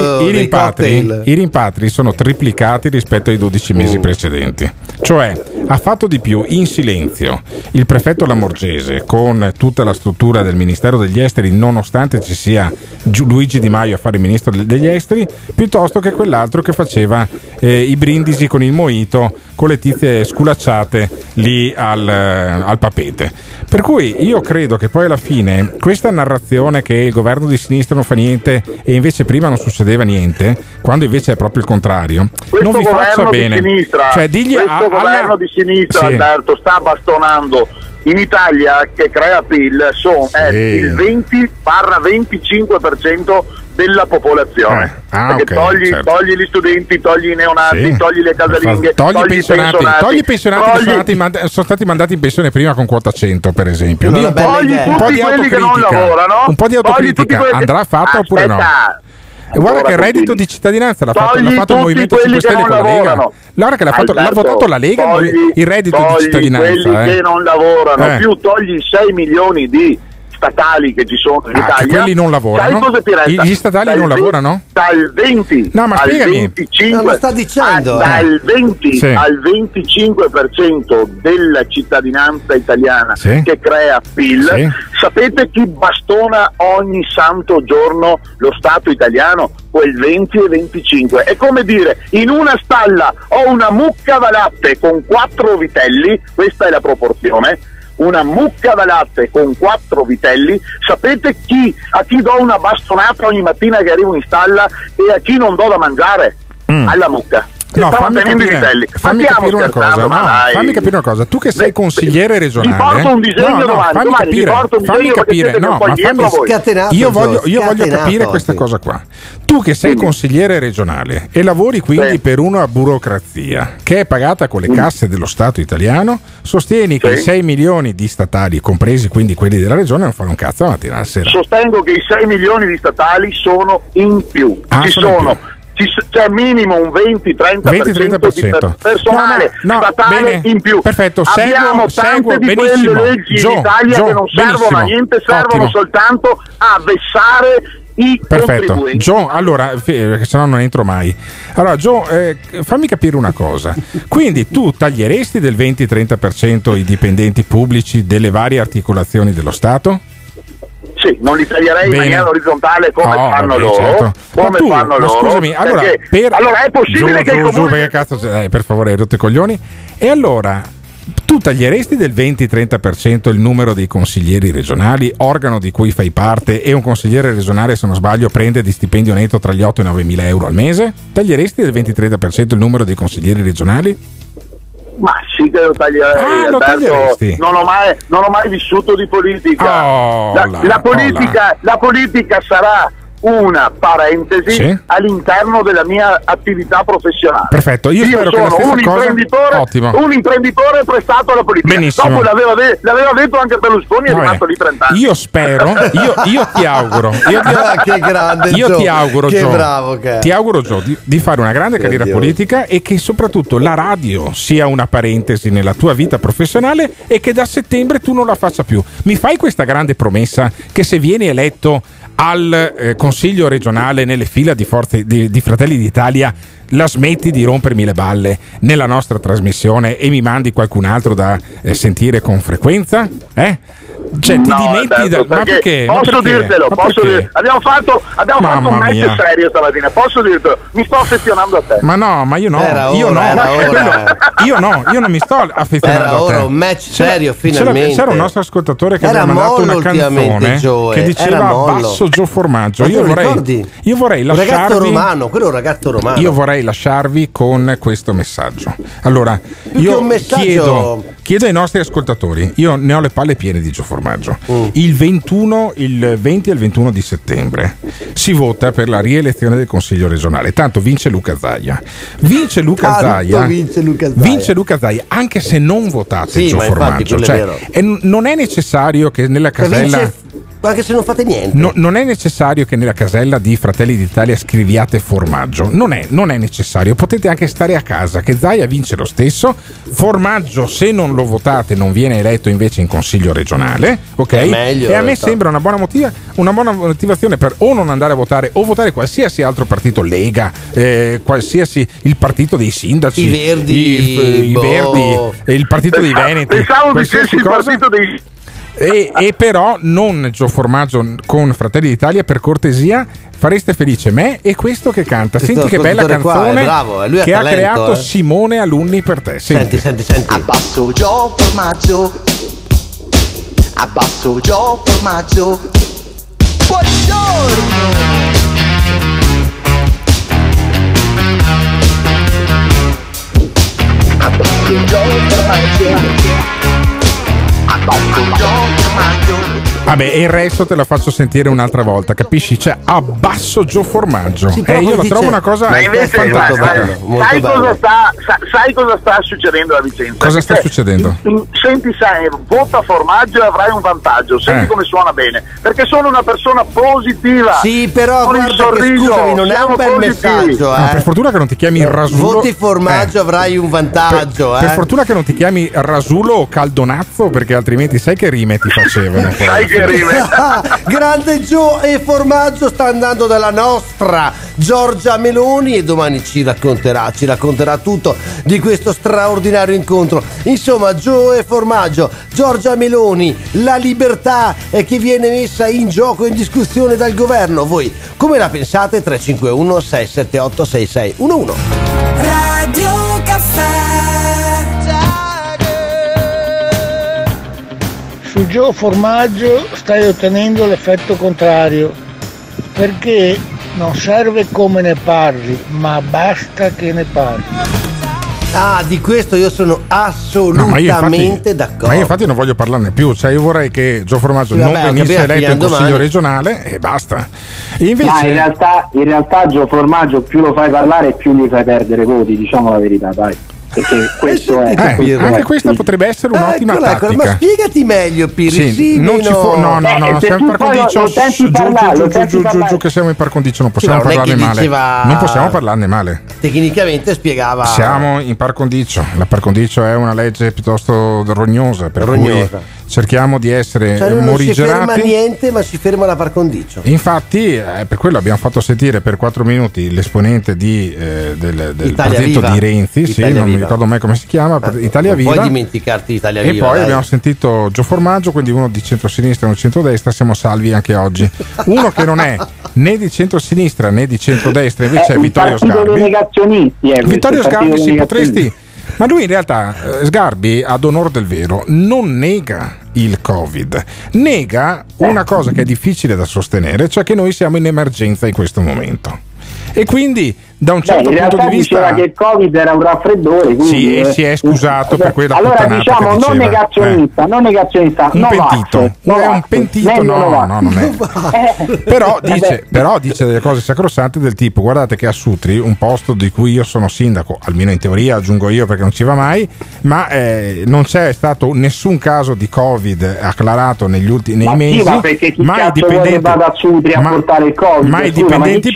i rimpatri sono triplicati rispetto ai 12 mesi precedenti. Cioè, ha fatto di più in silenzio il prefetto Lamorgese con tutta la struttura del Ministero degli Esteri, nonostante ci sia Luigi Di Maio a fare il ministro degli Esteri, piuttosto che quell'altro che faceva i brindisi con il mojito con le tizie sculacciate lì al Papete. Per cui io credo che poi alla fine questa narrazione che il governo di sinistra non fa niente e invece prima non succedeva niente, quando invece è proprio il contrario, non vi faccia bene. Cioè, questo governo di sinistra, Alberto, sta bastonando in Italia, che crea PIL, è il 20-25% della popolazione. Perché togli gli studenti, togli i neonati, togli le casalinghe, togli i pensionati. Togli i pensionati che sono stati mandati in pensione prima con quota 100, per esempio. Un po' di autocritica andrà fatta oppure no? E guarda che il reddito di cittadinanza l'ha fatto il Movimento 5 Stelle con la Lega. Guarda che l'ha votato la Lega il reddito di cittadinanza. Quelli che non lavorano, più togli 6 milioni di statali che ci sono in Italia. Quelli non lavorano. Sai cosa ti resta? Gli statali non lavorano? Dal 20 no, ma al spiegami. 25, no, sta dicendo, dal 20 al 25% della cittadinanza italiana che crea PIL. Sapete chi bastona ogni santo giorno lo Stato italiano? Quel 20 e 25. È come dire, in una stalla ho una mucca da latte con 4 vitelli, questa è la proporzione, una mucca da latte con 4 vitelli. Sapete a chi do una bastonata ogni mattina che arrivo in stalla e a chi non do da mangiare? Alla mucca. No, fammi capire una cosa. Fammi capire una cosa. Tu che sei consigliere regionale. Ti porto un disegno fammi capire. No, ma io voglio capire questa cosa qua. Tu che sei consigliere regionale e lavori quindi per una burocrazia che è pagata con le casse dello Stato italiano, sostieni che i 6 milioni di statali, compresi quindi quelli della regione, non fanno un cazzo la mattina alla sera. Sostengo che i 6 milioni di statali sono in più. C'è minimo un 20-30% di personale statale in più. Perfetto, abbiamo tante di quelle leggi in Italia che non servono a niente, servono soltanto a vessare i contribuenti. Gio, allora, perché sennò non entro mai. Allora, Gio, fammi capire una cosa. Quindi tu taglieresti del 20-30% i dipendenti pubblici delle varie articolazioni dello Stato? Sì, non li taglierei in maniera orizzontale come fanno loro. Certo. Fanno loro. Scusami, allora è possibile che il comune... per favore, rotte coglioni. E allora tu taglieresti del 20-30% il numero dei consiglieri regionali, organo di cui fai parte, e un consigliere regionale, se non sbaglio, prende di stipendio netto tra gli 8 e 9 mila euro al mese? Taglieresti del 20-30% il numero dei consiglieri regionali? Ma sì che lo taglierei, non ho mai vissuto di politica. La politica sarà una parentesi all'interno della mia attività professionale. Perfetto, io spero sono che un imprenditore prestato alla politica. Benissimo. Dopo l'aveva detto anche Berlusconi, è rimasto lì 30 anni. Io spero, io ti auguro, che grande, io ti auguro, che Gio, bravo che è. Ti auguro, Gio, di fare una grande carriera politica e che soprattutto la radio sia una parentesi nella tua vita professionale e che da settembre tu non la faccia più. Mi fai questa grande promessa che se vieni eletto al Consiglio regionale nelle fila di Fratelli d'Italia la smetti di rompermi le balle nella nostra trasmissione e mi mandi qualcun altro da sentire con frequenza? Cioè, ti dimetti ma perché? Posso dirtelo, abbiamo fatto un match serio stamattina, posso dirtelo, mi sto affezionando a te. Ma no, ma io non mi sto affezionando a te. Era un match serio, finalmente. C'era un nostro ascoltatore che aveva mandato una canzone che diceva Basso Gio Formaggio. Io vorrei lasciarvi quello ragazzo romano. Io vorrei lasciarvi con questo messaggio. Allora, io chiedo ai nostri ascoltatori, io ne ho le palle piene di Gio Formaggio. Il 20 e il 21 di settembre si vota per la rielezione del Consiglio regionale. Tanto vince Luca Zaia. Vince Luca Zaia, anche se non votate Gio Formaggio. Non è necessario che nella casella. Anche se non fate niente. Non è necessario che nella casella di Fratelli d'Italia scriviate Formaggio. Non è necessario. Potete anche stare a casa, che Zaia vince lo stesso. Formaggio, se non lo votate, non viene eletto invece in Consiglio regionale. Ok? E a me sembra una buona motivazione per o non andare a votare o votare qualsiasi altro partito, Lega, qualsiasi, il partito dei sindaci, i Verdi, il partito dei Veneti. Pensavo dicessi il partito dei. E però non Gio Formaggio con Fratelli d'Italia, per cortesia, fareste felice me e questo che canta. Senti che bella canzone che ha creato Simone Alunni per te. Senti. Abbasso Gio Formaggio, abbasso Gio Formaggio, buongiorno. Abbasso Gio Formaggio. Vabbè, e il resto te la faccio sentire un'altra volta, capisci? Cioè, abbasso Gio Formaggio. Io la trovo una cosa fantastica. Sai cosa sta succedendo a Vicenza? Cosa sta succedendo? Senti, vota Formaggio e avrai un vantaggio. Senti come suona bene, perché sono una persona positiva. Sì, però con il sorriso, scusami, non è un bel messaggio. No, per fortuna che non ti chiami Rasulo. Voti Formaggio, avrai un vantaggio. Per fortuna che non ti chiami Rasulo o Caldonazzo, perché altrimenti sai che rime ti facevano. Sai che rime. Grande Gio e Formaggio sta andando dalla nostra Giorgia Meloni e domani ci racconterà tutto di questo straordinario incontro. Insomma, Gio e Formaggio, Giorgia Meloni, la libertà che viene messa in gioco, in discussione dal governo. Voi come la pensate? 351 678 6611. Radio Caffè. Su Gio Formaggio stai ottenendo l'effetto contrario, perché non serve come ne parli, ma basta che ne parli. Ah, di questo io sono assolutamente d'accordo. Ma io infatti non voglio parlarne più, cioè io vorrei che Gio Formaggio non venisse eletto in consiglio regionale e basta. E invece... Ma in realtà Gio Formaggio più lo fai parlare più gli fai perdere voti, diciamo la verità, dai. Perché questo è anche questa potrebbe essere un'ottima tattica. Ma spiegati meglio, Pirri. Sì, non ci può. No, siamo in par condicio. Giù che siamo in par condicio, non possiamo parlarne male. Non possiamo parlarne male. Tecnicamente spiegava. Siamo in par condicio. La par condicio è una legge piuttosto rognosa, per cui cerchiamo di essere morigerati. Non si ferma niente, ma si ferma la par condicio. Infatti, per quello abbiamo fatto sentire per 4 minuti l'esponente del partito di Renzi, non mi ricordo mai come si chiama, Italia Viva. Non puoi dimenticarti Italia Viva. E poi abbiamo sentito Gio Formaggio, quindi uno di centrosinistra e uno di centrodestra, siamo salvi anche oggi. Uno che non è né di centrosinistra né di centrodestra, invece è Vittorio Sgarbi. Vittorio Sgarbi, sì, potresti... Ma lui in realtà, Sgarbi, ad onor del vero, non nega il Covid, nega una cosa che è difficile da sostenere, cioè che noi siamo in emergenza in questo momento. E quindi da un certo punto di vista diceva che il Covid era un raffreddore, sì, e si è scusato per quella allora diciamo non negazionista, non un pentito, è un pentito, non è. Però dice delle cose sacrosante del tipo: guardate che a Sutri, un posto di cui io sono sindaco, almeno in teoria, aggiungo io perché non ci va mai, ma non c'è stato nessun caso di Covid acclarato nei mesi, ma i dipendenti a Sutri a portare il Covid, ma i dipendenti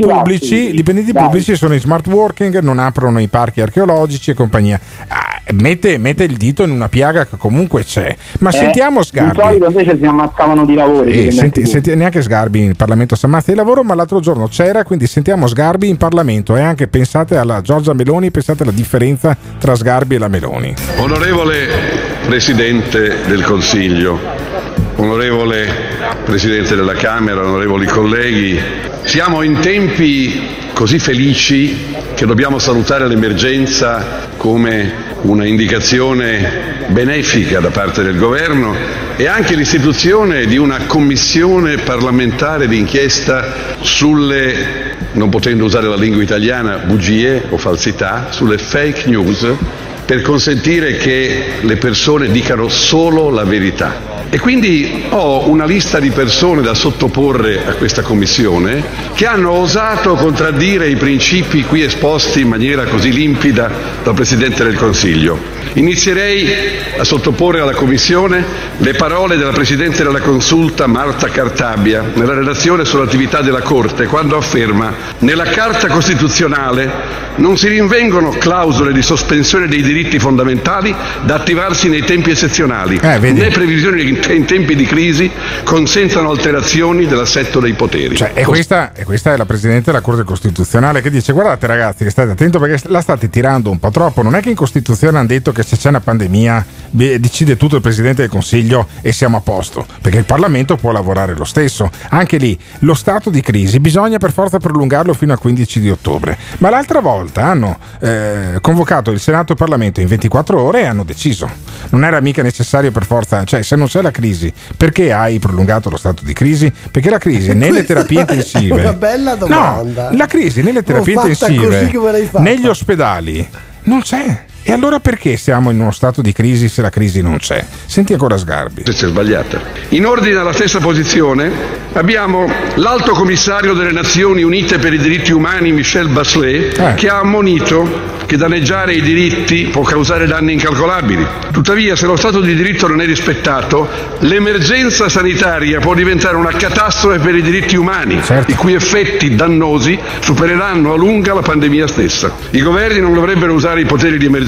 pubblici sono in smart working, non aprono i parchi archeologici e compagnia. Mette il dito in una piaga che comunque c'è. Ma sentiamo Sgarbi. Di solito invece si ammazzavano di lavoro. Neanche Sgarbi in Parlamento si ammazza di lavoro, ma l'altro giorno c'era, quindi sentiamo Sgarbi in Parlamento. E anche pensate alla Giorgia Meloni, pensate alla differenza tra Sgarbi e la Meloni. Onorevole Presidente del Consiglio, onorevole Presidente della Camera, onorevoli colleghi, siamo in tempi così felici che dobbiamo salutare l'emergenza come una indicazione benefica da parte del governo e anche l'istituzione di una commissione parlamentare di inchiesta sulle, non potendo usare la lingua italiana, bugie o falsità, sulle fake news, per consentire che le persone dicano solo la verità. E quindi ho una lista di persone da sottoporre a questa commissione che hanno osato contraddire i principi qui esposti in maniera così limpida dal Presidente del Consiglio. Inizierei a sottoporre alla commissione le parole della Presidente della Consulta Marta Cartabia nella relazione sull'attività della Corte, quando afferma: nella Carta Costituzionale non si rinvengono clausole di sospensione dei diritti fondamentali da attivarsi nei tempi eccezionali, né previsioni in tempi di crisi consentano alterazioni dell'assetto dei poteri. E questa è la Presidente della Corte Costituzionale che dice: guardate ragazzi, che state attento perché la state tirando un po' troppo. Non è che in Costituzione hanno detto che se c'è una pandemia decide tutto il Presidente del Consiglio e siamo a posto, perché il Parlamento può lavorare lo stesso. Anche lì lo stato di crisi bisogna per forza prolungarlo fino al 15 di ottobre, ma l'altra volta hanno convocato il Senato e il Parlamento in 24 ore e hanno deciso. Non era mica necessario per forza, cioè se non c'è la crisi, perché hai prolungato lo stato di crisi? Perché la crisi nelle terapie intensive, una bella domanda. No, la crisi nelle terapie intensive negli ospedali non c'è. E allora perché siamo in uno stato di crisi se la crisi non c'è? Senti ancora Sgarbi. C'è sbagliata. In ordine alla stessa posizione abbiamo l'Alto Commissario delle Nazioni Unite per i diritti umani Michelle Bachelet che ha ammonito che danneggiare i diritti può causare danni incalcolabili. Tuttavia, se lo Stato di diritto non è rispettato, l'emergenza sanitaria può diventare una catastrofe per i diritti umani, i cui effetti dannosi supereranno a lunga la pandemia stessa. I governi non dovrebbero usare i poteri di emergenza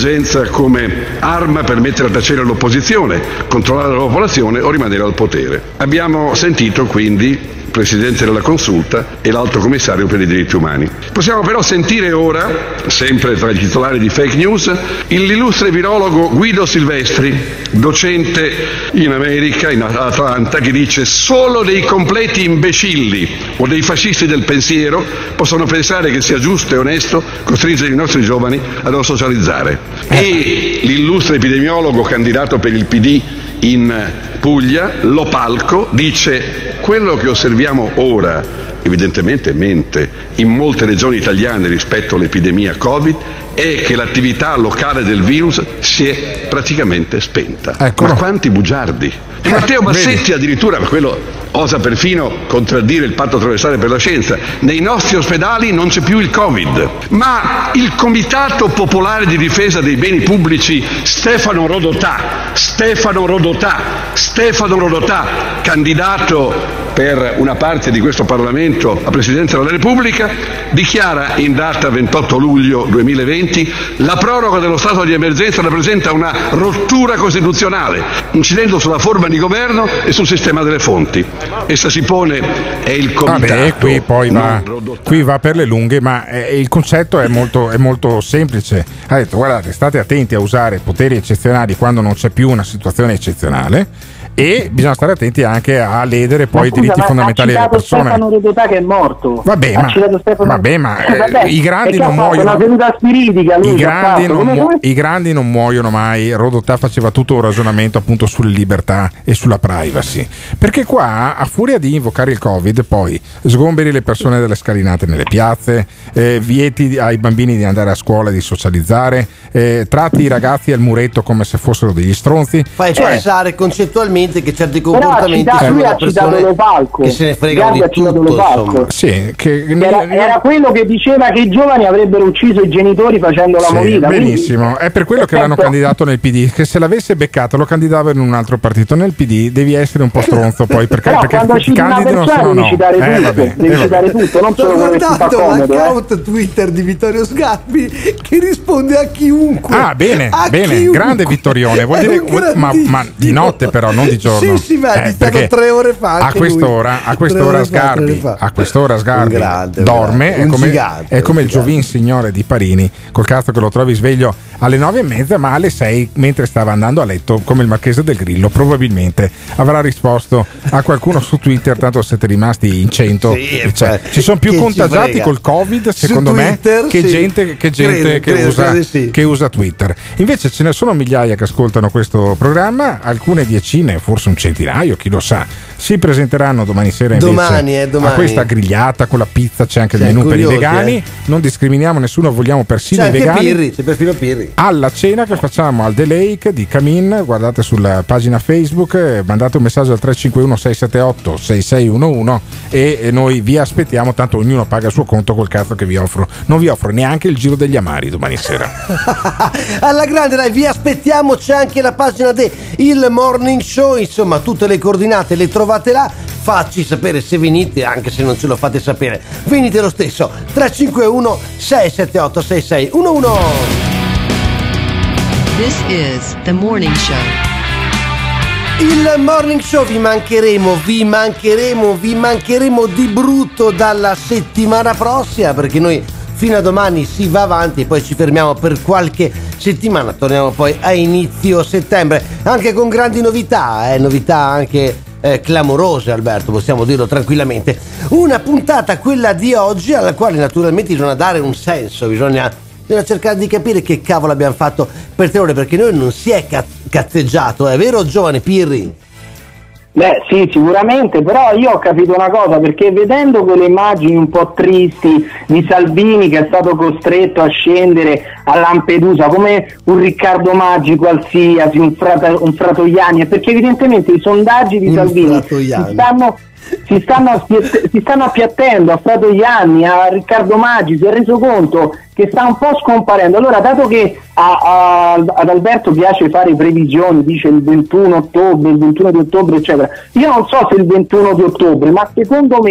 d'emergenza come arma per mettere a tacere l'opposizione, controllare la popolazione o rimanere al potere. Abbiamo sentito quindi Presidente della Consulta e l'Alto Commissario per i diritti umani. Possiamo però sentire ora, sempre tra i titolari di fake news, l'illustre virologo Guido Silvestri, docente in America, in Atlanta, che dice: solo dei completi imbecilli o dei fascisti del pensiero possono pensare che sia giusto e onesto costringere i nostri giovani a non socializzare. E l'illustre epidemiologo candidato per il PD in Puglia, Lopalco, dice: quello che osserviamo ora, evidentemente mente, in molte regioni italiane rispetto all'epidemia Covid, è che l'attività locale del virus si è praticamente spenta. Ma quanti bugiardi! E Matteo Bassetti addirittura, quello osa perfino contraddire il patto attraversale per la scienza: nei nostri ospedali non c'è più il Covid. Ma il Comitato Popolare di Difesa dei Beni Pubblici Stefano Rodotà, candidato per una parte di questo Parlamento a Presidenza della Repubblica, dichiara in data 28 luglio 2020: la proroga dello stato di emergenza rappresenta una rottura costituzionale, incidendo sulla forma di governo e sul sistema delle fonti. Essa si pone è il comitato. Qui va per le lunghe, ma il concetto è molto semplice. Ha detto: guardate, state attenti a usare poteri eccezionali quando non c'è più una situazione eccezionale, e bisogna stare attenti anche a ledere poi i diritti fondamentali delle persone. Stefano Rodotà che è morto. Vabbè, ma i grandi non muoiono. I grandi non muoiono mai. Rodotà faceva tutto un ragionamento appunto sulle libertà e sulla privacy, perché qua, a furia di invocare il Covid, poi sgomberi le persone dalle scalinate nelle piazze, vieti ai bambini di andare a scuola e di socializzare, tratti i ragazzi al muretto come se fossero degli stronzi. Fai pensare concettualmente che certi comportamenti sono da persone che se ne fregano di tutto, sì, era quello che diceva che i giovani avrebbero ucciso i genitori facendo la movida. Benissimo, è per quello che l'hanno candidato nel PD, che se l'avesse beccato lo candidava in un altro partito. Nel PD devi essere un po' stronzo poi, perché ti candidano, se no devi citare tutto, non solo quello che ti fa comodo. L'account Twitter di Vittorio Sgarbi che risponde a chiunque. Bene, grande Vittorione, vuol dire ma di notte però, non di giorno. Sì, ma è stato 3 ore fa. A quest'ora Sgarbi dorme, è come il Giovin signore di Parini, col cazzo che lo trovi sveglio alle 9:30, ma alle 6, mentre stava andando a letto, come il Marchese del Grillo, probabilmente avrà risposto a qualcuno su Twitter, tanto siete rimasti in 100. Ci sono più contagiati col Covid, secondo me, che gente che usa Twitter. Invece ce ne sono migliaia che ascoltano questo programma, alcune decine, forse un centinaio, chi lo sa, si presenteranno domani sera invece domani. a questa grigliata con la pizza. C'è anche il menù per i vegani, non discriminiamo nessuno, vogliamo persino i vegani. C'è perfino Pirri. Alla cena che facciamo al The Lake di Camin, guardate sulla pagina Facebook, mandate un messaggio al 351 678 6611 e noi vi aspettiamo, tanto ognuno paga il suo conto col cazzo che vi offro. Non vi offro neanche il giro degli amari domani sera. Alla grande, dai, vi aspettiamo. C'è anche la pagina del Morning Show, insomma tutte le coordinate le trovate là. Facci sapere se venite, anche se non ce lo fate sapere, venite lo stesso. 351 678 6611. This is the Morning Show. Il Morning Show, vi mancheremo di brutto dalla settimana prossima, perché noi fino a domani si va avanti e poi ci fermiamo per qualche settimana, torniamo poi a inizio settembre, anche con grandi novità anche clamorose, Alberto, possiamo dirlo tranquillamente. Una puntata, quella di oggi, alla quale naturalmente bisogna dare un senso, bisogna cercare di capire che cavolo abbiamo fatto per 3 ore, perché noi non si è cazzeggiato, è vero, giovane Pirri? Beh sì, sicuramente, però io ho capito una cosa, perché vedendo quelle immagini un po' tristi di Salvini che è stato costretto a scendere a Lampedusa come un Riccardo Maggi qualsiasi, un Fratoianni, perché evidentemente i sondaggi di Salvini si stanno appiattendo a Fratoianni, a Riccardo Maggi, si è reso conto che sta un po' scomparendo. Allora, dato che ad Alberto piace fare previsioni, dice il 21 ottobre, il 21 di ottobre, eccetera, io non so se il 21 di ottobre, ma secondo me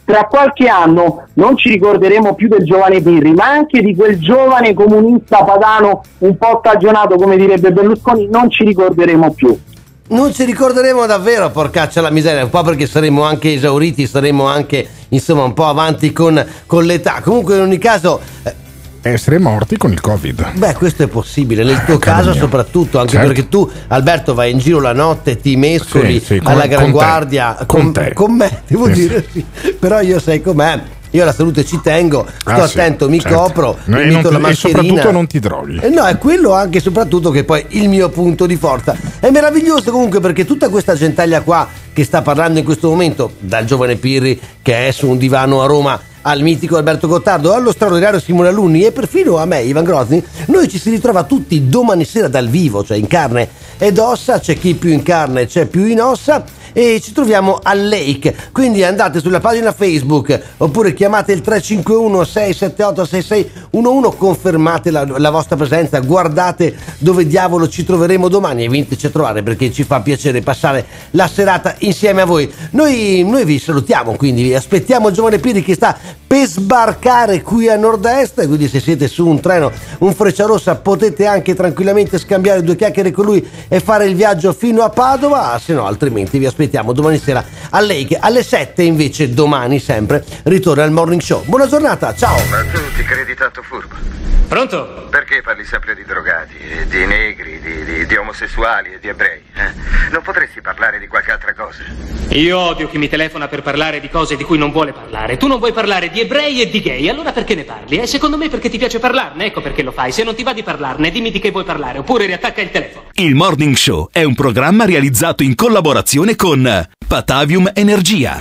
tra qualche anno non ci ricorderemo più del giovane Pirri, ma anche di quel giovane comunista padano un po' stagionato, come direbbe Berlusconi, non ci ricorderemo più. Non ci ricorderemo davvero, porcaccia la miseria, un po' perché saremo anche esauriti, saremo anche insomma un po' avanti con l'età. Comunque in ogni caso essere morti con il Covid. Beh, questo è possibile, nel tuo caso soprattutto, anche certo. Perché tu, Alberto, vai in giro la notte, ti mescoli alla Gran Guardia con me, devo dire sì. Però io sai com'è. Io alla salute ci tengo, sto attento, mi copro, mi metto la mascherina. E soprattutto non ti droghi. No, è quello anche e soprattutto che poi il mio punto di forza. È meraviglioso comunque perché tutta questa gentaglia qua che sta parlando in questo momento, dal giovane Pirri che è su un divano a Roma, al mitico Alberto Gottardo, allo straordinario Simone Alunni e perfino a me, Ivan Grozny, noi ci si ritrova tutti domani sera dal vivo, cioè in carne ed ossa, c'è chi più in carne, c'è più in ossa, e ci troviamo al Lake, quindi andate sulla pagina Facebook oppure chiamate il 351 678 6611, confermate la vostra presenza, guardate dove diavolo ci troveremo domani e veniteci a trovare perché ci fa piacere passare la serata insieme a voi. Noi vi salutiamo, quindi vi aspettiamo il giovane Pirri che sta per sbarcare qui a nord-est, quindi se siete su un treno, un Frecciarossa, potete anche tranquillamente scambiare due chiacchiere con lui e fare il viaggio fino a Padova, se no altrimenti vi aspettiamo domani sera a Lake alle 7 invece domani sempre ritorna al Morning Show. Buona giornata, ciao. Ma tu ti credi tanto furbo? Pronto? Perché parli sempre di drogati, di negri, di omosessuali e di ebrei? Non potresti parlare di qualche altra cosa? Io odio chi mi telefona per parlare di cose di cui non vuole parlare. Tu non vuoi parlare di ebrei e di gay, allora perché ne parli? Secondo me perché ti piace parlarne, ecco perché lo fai. Se non ti va di parlarne, dimmi di che vuoi parlare, oppure riattacca il telefono. Il Morning Show è un programma realizzato in collaborazione con Patavium Energia.